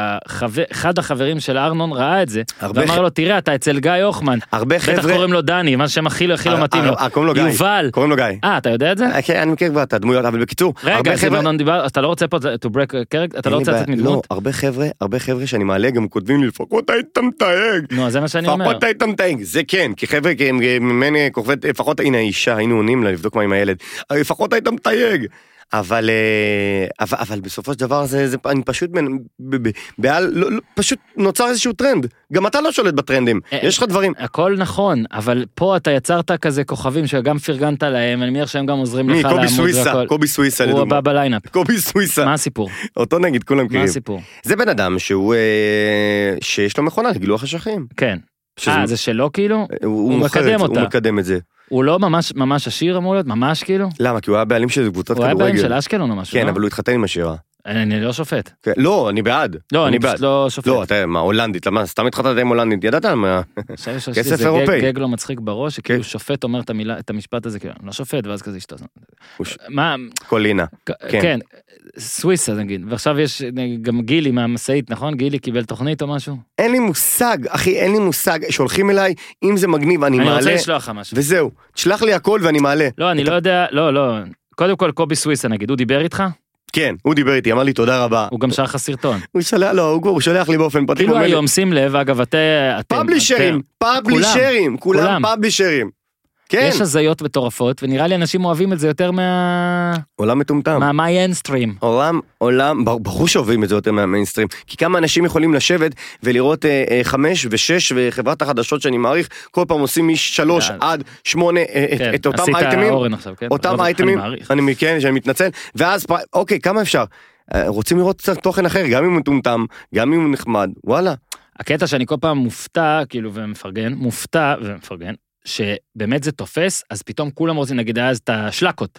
שאחד החברים של ארנון ראה את זה, הרבה ואמר ח- לו, תראה, אתה אצל גיא הוחמן, הרבה בטח חבר'ה... קוראים לו דני, מה שם הכי הכי לא אה, מתאים לו, אה, קוראים לו גיא. יובל, קוראים לו גיא. אה, אתה יודע את זה? אה, כן, אני מכיר כבר את הדמויות, אבל בקיצור, רגע, הרבה אז חבר'ה... אם ארנון דיבר, אז אתה לא רוצה פה to break a character, אתה אין לא לי רוצה בעיה, לצאת מדמות? לא, הרבה חבר'ה, הרבה חבר'ה שאני מעלה גם כותבים לי, לפחות היית מתייג. נו, אז זה מה שאני אומר. לפחות היית מתייג, זה כן, כי חבר'ה כי הם- ממני כוכבת, לפחות הנה האישה, היינו עונים לה לבדוק מה עם הילד, לפחות היית מתייג. אבל, אה, אבל, אבל בסופו של דבר זה, זה אני פשוט, בין- ב- ב- בעל, לא, לא, פשוט נוצר איזשהו טרנד, גם אתה לא שולט בטרנדים, אה, יש לך דברים. הכל נכון, אבל פה אתה יצרת כזה כוכבים שגם פרגנת להם, אני מניח שהם גם עוזרים מי? לך קובי לעמוד סוויסה, והכל. קובי סוויסה הוא לדוגמה. הבא בליינאפ. קובי סוויסה, מה הסיפור? אותו נגיד, כולם מה מכירים. הסיפור? זה בן אדם שהוא, אה, שיש לו מכונה לגילוח אשכים. כן. שזה- אה, זה שלו כאילו? הוא, הוא מוכר את מקדם זה, אותה. הוא מקדם את זה. הוא לא ממש ממש עשיר אמור להיות? ממש כאילו? למה? כי הוא היה בעלים של קבוצת הוא היה בעלים של כדורגל. אשקלון או משהו, כן, לא? אבל הוא התחתן עם השירה. אני לא שופט. כן, לא, אני בעד. לא, אני בעד. פשוט לא שופט. לא, אתה מה, הולנדית, למה? סתם התחתנת עם הולנדית, ידעת מה? עכשיו יש לי כסף איזה אירופאי. גג- גג לא מצחיק בראש, שכאילו כן. שופט אומר את המילה, את המשפט הזה, כאילו, אני לא שופט, ואז כזה אשתו. הוא ש- מה, קולינה. כ- כן. כן, סוויסה נגיד, ועכשיו יש גם גילי מהמשאית, נכון? גילי קיבל תוכנית או משהו? אין לי מושג, אחי, אין לי מושג, שולחים אליי, אם זה מגניב, אני אני רוצה מעלה, לשלוח לך משהו. וזהו, תשלח לי הכל ואני מעלה. לא, אני לא יודע, לא, לא. קודם כל קובי סוויסה נגיד, הוא דיבר איתך? כן, הוא דיבר איתי, אמר לי תודה רבה. הוא גם שלח לך סרטון. הוא שולח, לא, הוא הוא שולח לי באופן פרטי. כאילו הוא אומר לי, היום, שים לב, אגב, אתם... אתם- פאבלישרים, אתם- פאבלישרים, כולם כולם. פאבלישרים. כן, יש הזיות מטורפות, ונראה לי אנשים אוהבים את זה יותר מה... עולם מטומטם. מה מהמיינסטרים. עולם, עולם, ברור שאוהבים את זה יותר מהמיינסטרים, כי כמה אנשים יכולים לשבת ולראות אה, אה, חמש ושש וחברת החדשות שאני מעריך, כל פעם עושים משלוש אה, עד שמונה אה, את- כן, את אותם עשית אייטמים, אורן עכשיו, כן? אותם אני אייטמים, מעריך. אני כן, שאני מתנצל, ואז פ- אוקיי, כמה אפשר? אה, רוצים לראות קצת תוכן אחר, גם אם הוא מטומטם, גם אם הוא נחמד, וואלה. הקטע שאני כל פעם מופתע, כאילו, ומפרגן, מופתע ומפרגן, שבאמת זה תופס, אז פתאום כולם רוצים, נגיד, היה אז את השלקות.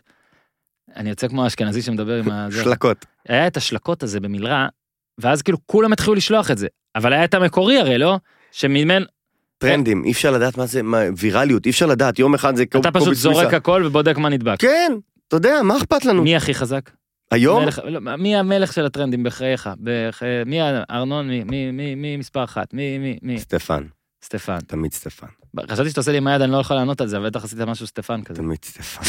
אני יוצא כמו האשכנזי שמדבר עם ה... זה. שלקות. היה את השלקות הזה במלרע, ואז כאילו כולם התחילו לשלוח את זה. אבל היה את המקורי הרי, לא? שממן, טרנדים, אי אפשר לדעת מה זה, מה, ויראליות, אי אפשר לדעת, יום אחד זה אתה פשוט זורק הכל ובודק מה נדבק. כן, אתה יודע, מה אכפת לנו? מי הכי חזק? היום? מלך, לא, מי המלך של הטרנדים בחייך? בח... מי הארנון? מי, מי, מי, מי מספר אחת? מי, מי, מי? סטפן, סטפן. תמיד סטפן. חשבתי שאתה עושה לי עם היד, אני לא יכול לענות על זה, אבל בטח עשית משהו סטפן כזה. תמיד סטפן.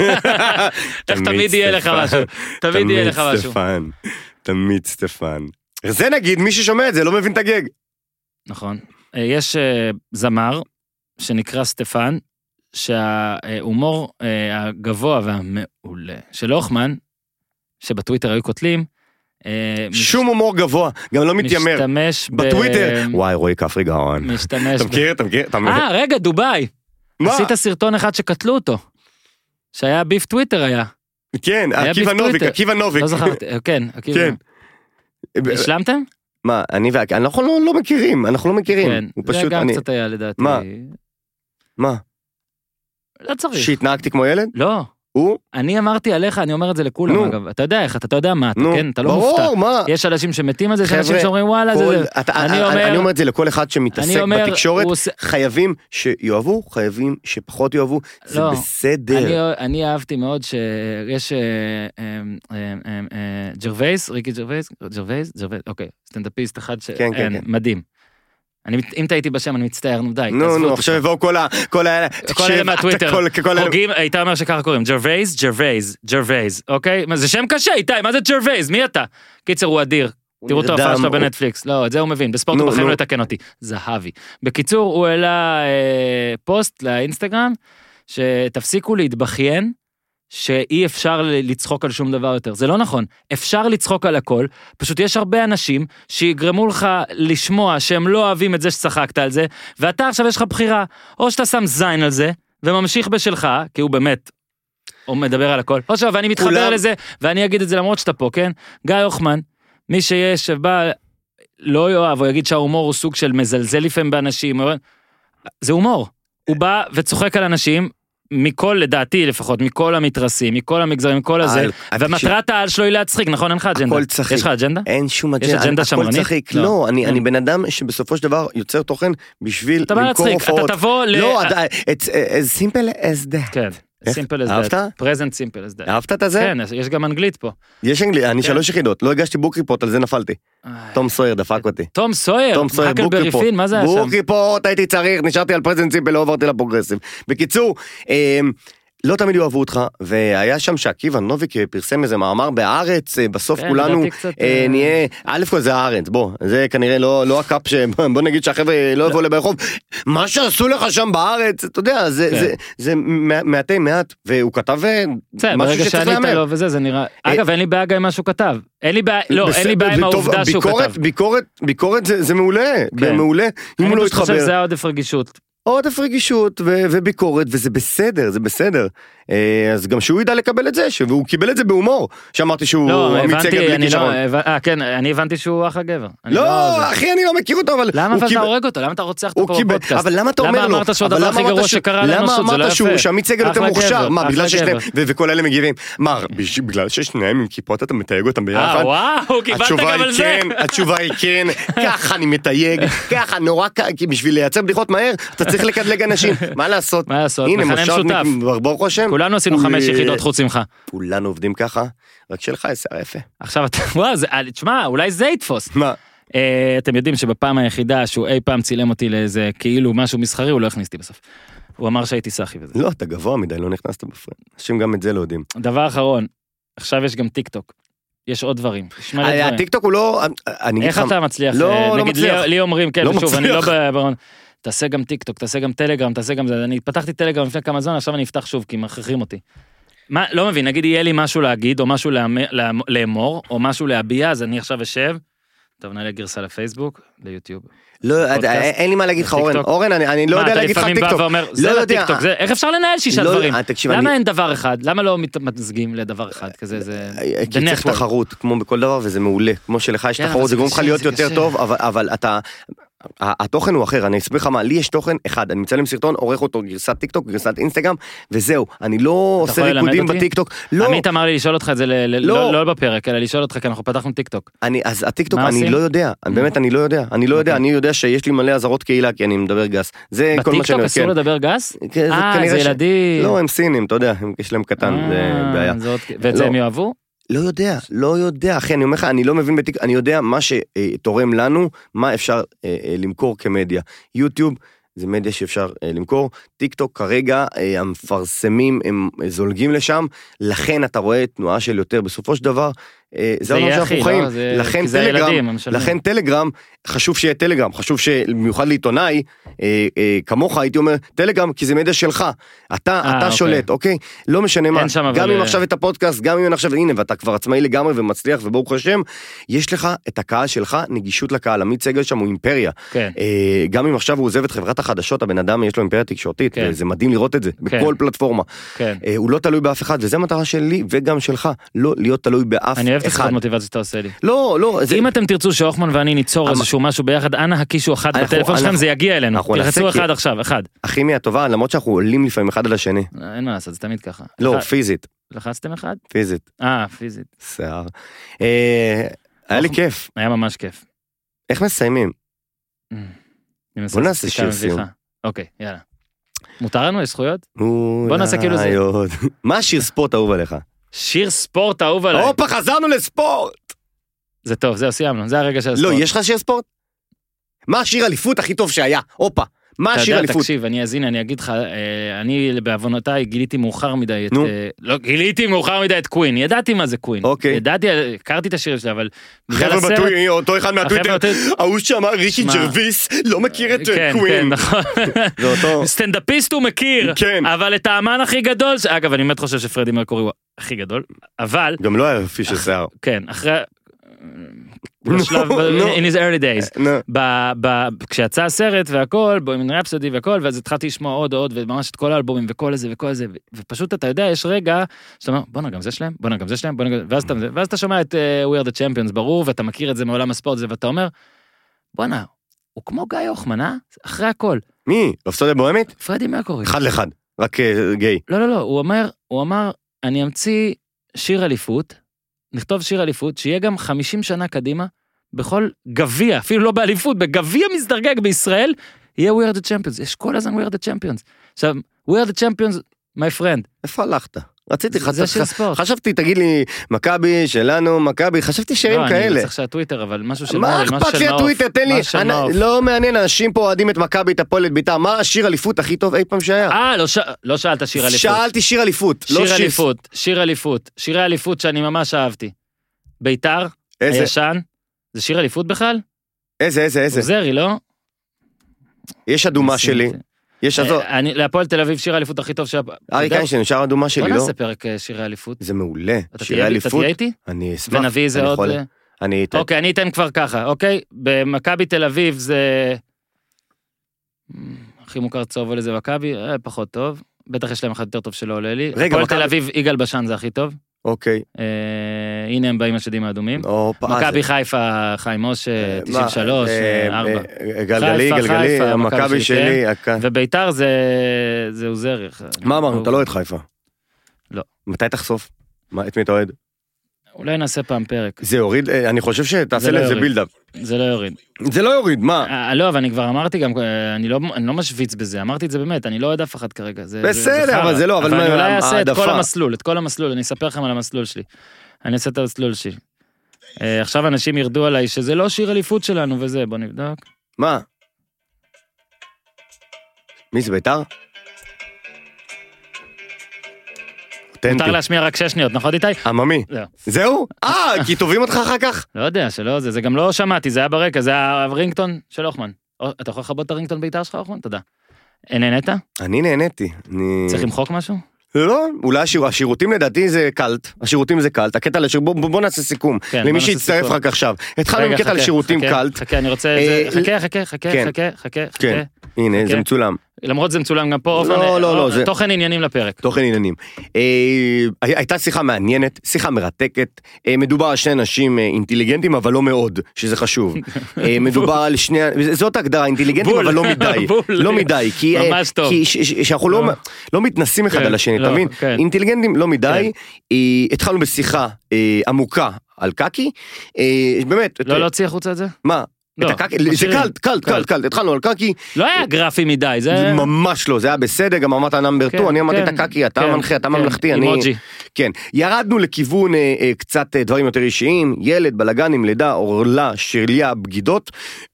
איך תמיד יהיה לך סטפן. משהו. תמיד יהיה לך משהו. סטפן. תמיד סטפן. זה נגיד, מי ששומע את זה לא מבין את הגג. נכון. אה, יש אה, זמר שנקרא סטפן, שההומור אה, הגבוה והמעולה של הוחמן, שבטוויטר היו כותלים, אה, מש- שום הומור גבוה, גם לא מתיימר. משתמש ב... בטוויטר, וואי, רועי כפרי גאון. משתמש אתה ב... מכיר? אתה מכיר? אתה מכיר? אה, רגע, דובאי. מה? עשית סרטון אחד שקטלו אותו. שהיה ביף טוויטר היה. כן, היה עקיבא בטוויטר. נוביק, עקיבא נוביק. לא זכרתי, אה, כן, עקיבא. כן. השלמתם? מה, אני ואק, אנחנו לא- לא מכירים, אנחנו לא מכירים. כן. הוא זה פשוט, גם אני, קצת היה לדעתי. מה? מה? לא צריך. שהתנהגתי כמו ילד? לא. הוא? אני אמרתי עליך, אני אומר את זה לכולם, נו. אגב. אתה יודע איך, אתה אתה יודע מה, אתה נו, כן, אתה לא מופתע. ברור, מה? יש אנשים שמתים על זה, יש חבר'ה, אנשים שאומרים וואלה, זה כל- זה. אתה- אני אני אומר- אני אומר את זה לכל אחד שמתעסק אני אומר, בתקשורת, הוא עושה- חייבים שיאהבו, חייבים שפחות יאהבו, זה לא. בסדר. אני- אני אהבתי מאוד שיש אה, אה, אה, אה, אה, ג'רווייס, ריקי ג'רווייס, ג'רווייס, ג'רווייס, אוקיי, סטנדאפיסט אחד ש... כן, כן, אין, כן. מדהים. אני, אם טעיתי בשם, אני מצטער, נו די. נו, תעזבו נו, אותי עכשיו כבר. יבואו כל ה... כל האלה, כל תקשיב, אלה אתה מהטוויטר, כל- כל אלה- הוגים, איתי אומר שככה קוראים, ג'רווייז, ג'רווייז, ג'רווייז, אוקיי? מה, זה שם קשה, איתי, מה זה ג'רווייז? מי אתה? קיצר, הוא אדיר. תראו את נרדם, ההופעה שלו הוא- בנטפליקס. לא, את זה הוא מבין, בספורט נו, הוא בחיים נו. לא יתקן אותי. זהבי. בקיצור, הוא העלה אה, פוסט לאינסטגרם, שתפסיקו להתבכיין, שאי אפשר לצחוק על שום דבר יותר. זה לא נכון. אפשר לצחוק על הכל, פשוט יש הרבה אנשים שיגרמו לך לשמוע שהם לא אוהבים את זה שצחקת על זה, ואתה עכשיו יש לך בחירה, או שאתה שם זין על זה, וממשיך בשלך, כי הוא באמת, הוא מדבר על הכל. או שאו, ואני מתחבר כולם... לזה, ואני אגיד את זה למרות שאתה פה, כן? גיא הוחמן, מי שיש, שבא, לא יאהב, או יגיד שההומור הוא סוג של מזלזל לפעמים באנשים, זה הומור. הוא בא וצוחק על אנשים, מכל, לדעתי לפחות, מכל המתרסים, מכל המגזרים, מכל הזה, ומטרת העל שלו היא להצחיק, נכון? אין לך אג'נדה? הכל צחיק. יש לך אג'נדה? אין שום אג'נדה. יש אג'נדה שמרנית? הכל צחיק. לא, אני בן אדם שבסופו של דבר יוצר תוכן בשביל למכור הופעות. אתה תבוא ל... לא, it's as simple as that. כן. simple as אהבת? that. present simple as that. אהבת את זה? כן, יש גם אנגלית פה. יש אנגלית, אני שלוש יחידות, לא הגשתי בוק ריפורט, על זה נפלתי. תום סויר דפק אותי. תום סויר? תום סויר, בוק ריפורט. מה זה היה שם? בוק ריפורט, הייתי צריך, נשארתי על present simple, לא עברתי לפרוגרסיב. בקיצור, לא תמיד יאהבו אותך, והיה שם שעקיבא נוביק פרסם איזה מאמר בארץ, בסוף כולנו נהיה, א' כל זה הארץ, בוא, זה כנראה לא הקאפ שבוא נגיד שהחבר'ה לא יבואו ברחוב, מה שעשו לך שם בארץ, אתה יודע, זה מעטי מעט, והוא כתב משהו שצריך לאמר. אגב, אין לי בעיה עם מה שהוא כתב, אין לי בעיה עם העובדה שהוא כתב. ביקורת זה מעולה, מעולה, אם הוא לא יתחבר. אני חושב שזה היה עודף רגישות. עודף רגישות וביקורת, וזה בסדר, זה בסדר. אז גם שהוא ידע לקבל את זה, והוא קיבל את זה בהומור, שאמרתי שהוא מייצג בלי כישרון. אה, כן, אני הבנתי שהוא אחלה גבר. לא, אחי, אני לא מכיר אותו, אבל... למה אתה הורג אותו? למה אתה רוצח אותו פה בפודקאסט? אבל למה אתה אומר לו? למה אמרת שהוא הדבר הכי גרוע שקרה לאנושות? זה לא יפה. למה אמרת שעמית סגל יותר מוכשר? מה, בגלל ששניהם, וכל אלה מגיבים. מה, בגלל ששניהם עם כיפות אתה מתייג אותם ביחד? וואו, קיבלת גם על זה. התשובה היא כן, ככה אני מתייג, ככה נורא, כי בשביל לייצר בדיחות מהר, אתה צריך לקדלג אנשים. מה לעשות? מה לעשות? הנה, מושבניק ברבור חושם. כולנו עשינו חמש יחידות חוץ ממך. כולנו עובדים ככה, רק שלך ישר יפה. עכשיו, וואו, תשמע, אולי זה יתפוס. מה? אתם יודעים שבפעם היחידה שהוא אי פעם צילם אותי לאיזה כאילו משהו מסחרי, הוא לא הכניסתי בסוף. הוא אמר שהייתי סחי וזה. לא, אתה גבוה מדי, לא נכנסת בפריים. אנשים גם את זה לא יודעים. דבר אחרון, עכשיו יש גם טיק טוק. יש עוד דברים. הטיק טוק הוא לא... איך אתה מצליח? לא, לא מצליח. נגיד לי אומרים, כן, ושוב, אני לא ברון. תעשה גם טיק טוק, תעשה גם טלגרם, תעשה גם זה. אני פתחתי טלגרם לפני כמה זמן, עכשיו אני אפתח שוב, כי מכריחים אותי. מה, לא מבין, נגיד יהיה לי משהו להגיד, או משהו לאמור, או משהו להביע, אז אני עכשיו אשב. טוב, נעלה גרסה לפייסבוק, ליוטיוב. לא, אין לי מה להגיד לך, אורן. אורן, אני לא יודע להגיד לך טיק טוק. זה לטיק טוק, איך אפשר לנהל שישה דברים? למה אין דבר אחד? למה לא מתמזגים לדבר אחד כזה? כי צריך תחרות, כמו בכל דבר, וזה מעולה. כמו שלך יש תחרות, זה גורם לך להיות יותר טוב, אבל אתה... התוכן הוא אחר, אני אסביר לך מה, לי יש תוכן אחד, אני מצלם סרטון, עורך אותו גרסת טיק טוק, גרסת אינסטגרם, וזהו, אני לא עושה ריקודים בטיק טוק. עמית אמר לי לשאול אותך את זה, לא בפרק, אלא לשאול אותך, כי אנחנו פתחנו טיק טוק. אז הטיק טוק, אני לא יודע, באמת אני לא יודע, אני לא יודע, אני יודע שיש לי מלא עזרות קהילה, כי אני מדבר גס. בטיק טוק אסור לדבר גס? אה, זה ילדים. לא, הם סינים, אתה יודע, יש להם קטן, זה בעיה. ואת זה הם יאהבו? לא יודע, לא יודע, אחי, אני אומר לך, אני לא מבין בטיק, אני יודע מה שתורם לנו, מה אפשר למכור כמדיה. יוטיוב זה מדיה שאפשר למכור, טיק טוק כרגע, המפרסמים הם זולגים לשם, לכן אתה רואה תנועה של יותר, בסופו של דבר, זה אומר שאנחנו חיים, לכן טלגרם, לכן טלגרם, חשוב שיהיה טלגרם, חשוב שבמיוחד לעיתונאי, כמוך הייתי אומר, טלגרם, כי זה מדיה שלך, אתה שולט, אוקיי? לא משנה מה, גם אם עכשיו את הפודקאסט, גם אם עכשיו, הנה, ואתה כבר עצמאי לגמרי ומצליח, וברוך השם, יש לך את הקהל שלך, נגישות לקהל, עמית סגל שם הוא אימפריה, גם אם עכשיו הוא עוזב את חברת החדשות, הבן אדם יש לו אימפריה תקשורתית, וזה מדהים לראות את זה, בכל פלטפורמה, הוא לא תלוי באף אחד, וזה מטרה שלי וגם שלך, לא להיות תלוי באף אני אוהב את הסרט מוטיבציה שאתה עושה לי. לא, לא. אם אתם תרצו שהוחמן ואני ניצור איזשהו משהו ביחד, אנא הקישו אחד בטלפון שלכם, זה יגיע אלינו. תלחצו אחד עכשיו, אחד. הכימיה הטובה, למרות שאנחנו עולים לפעמים אחד על השני. אין מה לעשות, זה תמיד ככה. לא, פיזית. לחצתם אחד? פיזית. אה, פיזית. שיער. היה לי כיף. היה ממש כיף. איך מסיימים? בוא נעשה שיר סיום. אוקיי, יאללה. מותר לנו, יש זכויות? בוא נעשה כאילו זה. מה השיר ספורט אהוב עליך? שיר ספורט אהוב עליי. הופה, חזרנו לספורט. זה טוב, זהו, סיימנו, זה הרגע של הספורט. לא, יש לך שיר ספורט? מה השיר אליפות הכי טוב שהיה? הופה, מה אתה השיר יודע, אליפות? תקשיב, אני אזין, אני אגיד לך, אני בעוונותיי גיליתי מאוחר מדי את... לא, גיליתי מאוחר מדי את קווין, ידעתי מה זה קווין. אוקיי. ידעתי, הכרתי את השיר שלה, אבל... חבר'ה בטוויטר, אותו אחד מהטוויטר, ההוא שאמר ריקי ג'רוויס, לא מכיר את קווין. כן, נכון. סטנדאפיסט הוא מכיר, אבל את האמן הכי גדול, אגב, אני באמת חושב שפרדי מרקורי הוא הכי גדול, אבל... גם לא היה פישר שיער. כן, אחרי... בשלב, in his early days, כשיצא הסרט והכל, בוהמיאן רפסודי והכל, ואז התחלתי לשמוע עוד עוד, וממש את כל האלבומים וכל הזה וכל זה, ופשוט אתה יודע, יש רגע, שאתה אומר, בוא'נה, גם זה שלהם, בוא'נה, גם זה שלהם, ואז אתה שומע את We are the champions, ברור, ואתה מכיר את זה מעולם הספורט, ואתה אומר, בוא'נה, הוא כמו גיא הוחמן, אה? אחרי הכל. מי? רפסודיה בוהמית? פרדי מרקורי. אחד לאחד, רק גיי. לא, לא, לא, הוא אומר, הוא אמר, אני אמציא שיר אליפות, נכתוב שיר אליפות, שיהיה גם חמישים שנה קדימה, בכל גביע, אפילו לא באליפות, בגביע מזדרגג בישראל, יהיה We are the champions, יש כל הזמן We are the champions. עכשיו, We are the champions, my friend. איפה הלכת? רציתי, זה שיר ספורט. חשבתי, תגיד לי, מכבי שלנו, מכבי, חשבתי שירים כאלה. לא, אני צריך שהטוויטר, אבל משהו של מה אכפת לי הטוויטר, תן לי, לא מעניין, אנשים פה אוהדים את מכבי, את הפועל, את בית"ר, מה השיר אליפות הכי טוב אי פעם שהיה? אה, לא שאלת שיר אליפות. שאלתי שיר אליפות, לא שיר אליפות, שיר אליפות, שירי אליפות שאני ממש אהבתי. בית"ר, הישן, זה שיר אליפות בכלל? איזה, איזה, איזה? עוזרי, לא? יש אדומה שלי. יש הזו. אני, להפועל תל אביב, שיר אליפות הכי טוב שה... אריק איינשטיין, שר אדומה שלי, לא? בוא נעשה פרק שירי אליפות. זה מעולה. שירי אליפות. אתה תהיה איתי? אני אשמח. ונביא איזה עוד... אני אתן. אוקיי, אני אתן כבר ככה, אוקיי? במכבי תל אביב זה... הכי מוכר צהוב על איזה מכבי, פחות טוב. בטח יש להם אחד יותר טוב שלא עולה לי. הפועל תל אביב, יגאל בשן זה הכי טוב. אוקיי. הנה הם באים השדים האדומים. מכבי חיפה, חיים משה, תשעים ושלוש, ארבע. גלגלי, גלגלי, המכבי שלי. וביתר זה עוזרי. מה אמרנו? אתה לא אוהד חיפה. לא. מתי תחשוף? את מי אתה אוהד? אולי נעשה פעם פרק. זה יוריד, אני חושב שתעשה לזה בילדאפ. זה לא יוריד. זה לא יוריד, מה? לא, אבל אני כבר אמרתי גם, אני לא משוויץ בזה, אמרתי את זה באמת, אני לא אוהד אף אחד כרגע. בסדר, אבל זה לא, אבל אני אולי אעשה את כל המסלול, את כל המסלול, אני אספר לכם על המסלול שלי. אני אעשה את המסלול שלי. עכשיו אנשים ירדו עליי שזה לא שיר אליפות שלנו וזה, בוא נבדוק. מה? מי זה ביתר? מותר להשמיע רק שש שניות, נכון איתי? עממי. זהו? אה, כי טובים אותך אחר כך? לא יודע, שלא זה, זה גם לא שמעתי, זה היה ברקע, זה היה הרינגטון של הוחמן. אתה יכול לחבות את הרינגטון ביתר שלך, הוחמן? תודה. נהנית? אני נהניתי. צריך למחוק משהו? לא, אולי השירותים לדעתי זה קלט, השירותים זה קלט, הקטע לשיר, בוא נעשה סיכום, למי שיצטרף רק עכשיו. התחלנו עם קטע לשירותים קלט. חכה, אני רוצה, חכה, חכה, חכה, חכה, חכה, חכה. הנה, זה מצולם. למרות זה מצולם גם פה, לא, לא, לא, תוכן עניינים לפרק. תוכן עניינים. הייתה שיחה מעניינת, שיחה מרתקת, מדובר על שני אנשים אינטליגנטים, אבל לא מאוד, שזה חשוב. מדובר על שני, זאת הגדרה, אינטליגנטים, אבל לא מדי. לא מדי, כי שאנחנו לא מתנסים אחד על השני, אתה מבין? אינטליגנטים לא מדי, התחלנו בשיחה עמוקה על קקי, באמת. לא להוציא החוצה את זה? מה? זה קלט, קלט, קלט, קלט, התחלנו על קקי. לא היה גרפי מדי, זה... ממש לא, זה היה בסדר, גם אמרת נאמבר שתיים, אני אמרתי את הקקי, אתה מנחה, אתה ממלכתי, אני... כן, ירדנו לכיוון קצת דברים יותר אישיים, ילד, בלגנים, לידה, אורלה, שרליה, בגידות,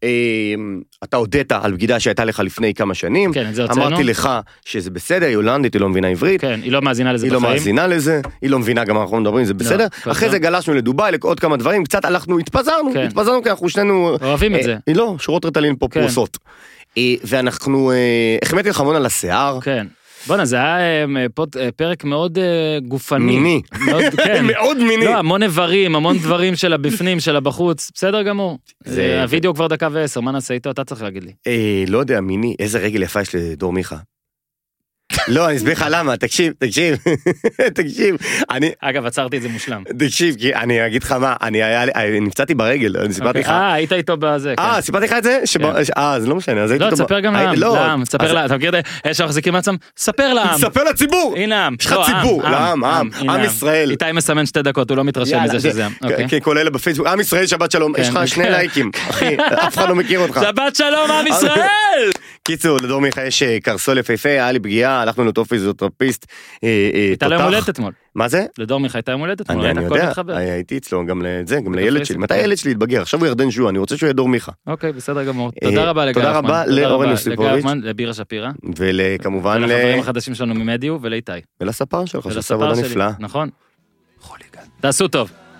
אתה הודעת על בגידה שהייתה לך לפני כמה שנים, אמרתי לך שזה בסדר, היא הולנדית, היא לא מבינה עברית, כן, היא לא מאזינה לזה בחיים, היא לא מאזינה לזה, היא לא מבינה גם אנחנו מדברים, זה בסדר, אחרי זה גלשנו לדובאי, לעוד כמה דברים, קצת הלכנו, התפזרנו, התפזרנו כי אנחנו שנינו אוהבים את זה. לא, שורות רטלין פה פרוסות. ואנחנו, החמאתי לך המון על השיער. כן. בוא'נה, זה היה פרק מאוד גופני. מיני. מאוד מיני. לא, המון איברים, המון דברים של הבפנים, של הבחוץ. בסדר גמור. הווידאו כבר דקה ועשר, מה נעשה איתו? אתה צריך להגיד לי. לא יודע, מיני, איזה רגל יפה יש לדור מיכה. לא, אני אסביר לך למה, תקשיב, תקשיב, תקשיב, אני... אגב, עצרתי את זה מושלם. תקשיב, כי אני אגיד לך מה, אני נפצעתי ברגל, אני סיפרתי לך... אה, היית איתו בזה, כן. אה, סיפרתי לך את זה? אה, זה לא משנה, אז הייתי איתו... לא, תספר גם לעם, תספר לעם, אתה מכיר את זה? שאנחנו מחזיקים מעצם, ספר לעם. ספר לציבור! הנה עם. יש לך ציבור, לעם, עם, עם ישראל. איתי מסמן שתי דקות, הוא לא מתרשם מזה שזה עם. כן, כל אלה בפייסבוק, עם ישראל, שבת שלום, יש לך שני לייקים, אחי, אף אחד לא מכיר אותך. שבת שלום, עם ישראל! קיצור, לדור מיכה יש קרסול יפהפה, היה לי פגיעה, הלכנו לאותו פיזיותרפיסט. הייתה לו יום הולדת אתמול. מה זה? לדור מיכה הייתה יום הולדת אתמול. אני יודע, הייתי אצלו גם לזה, גם לילד שלי. מתי הילד שלי יתבגר? עכשיו הוא ירדן ז'ו, אני רוצה שהוא יהיה דור מיכה. אוקיי, בסדר גמור. תודה רבה לגיא תודה רבה לאורן יוסיפוביץ'. לבירה שפירא. וכמובן לחברים החדשים שלנו ממדיו ולאיתי. ולספר שלך, שעושה עבודה נפלאה. נכון. תעשו טוב.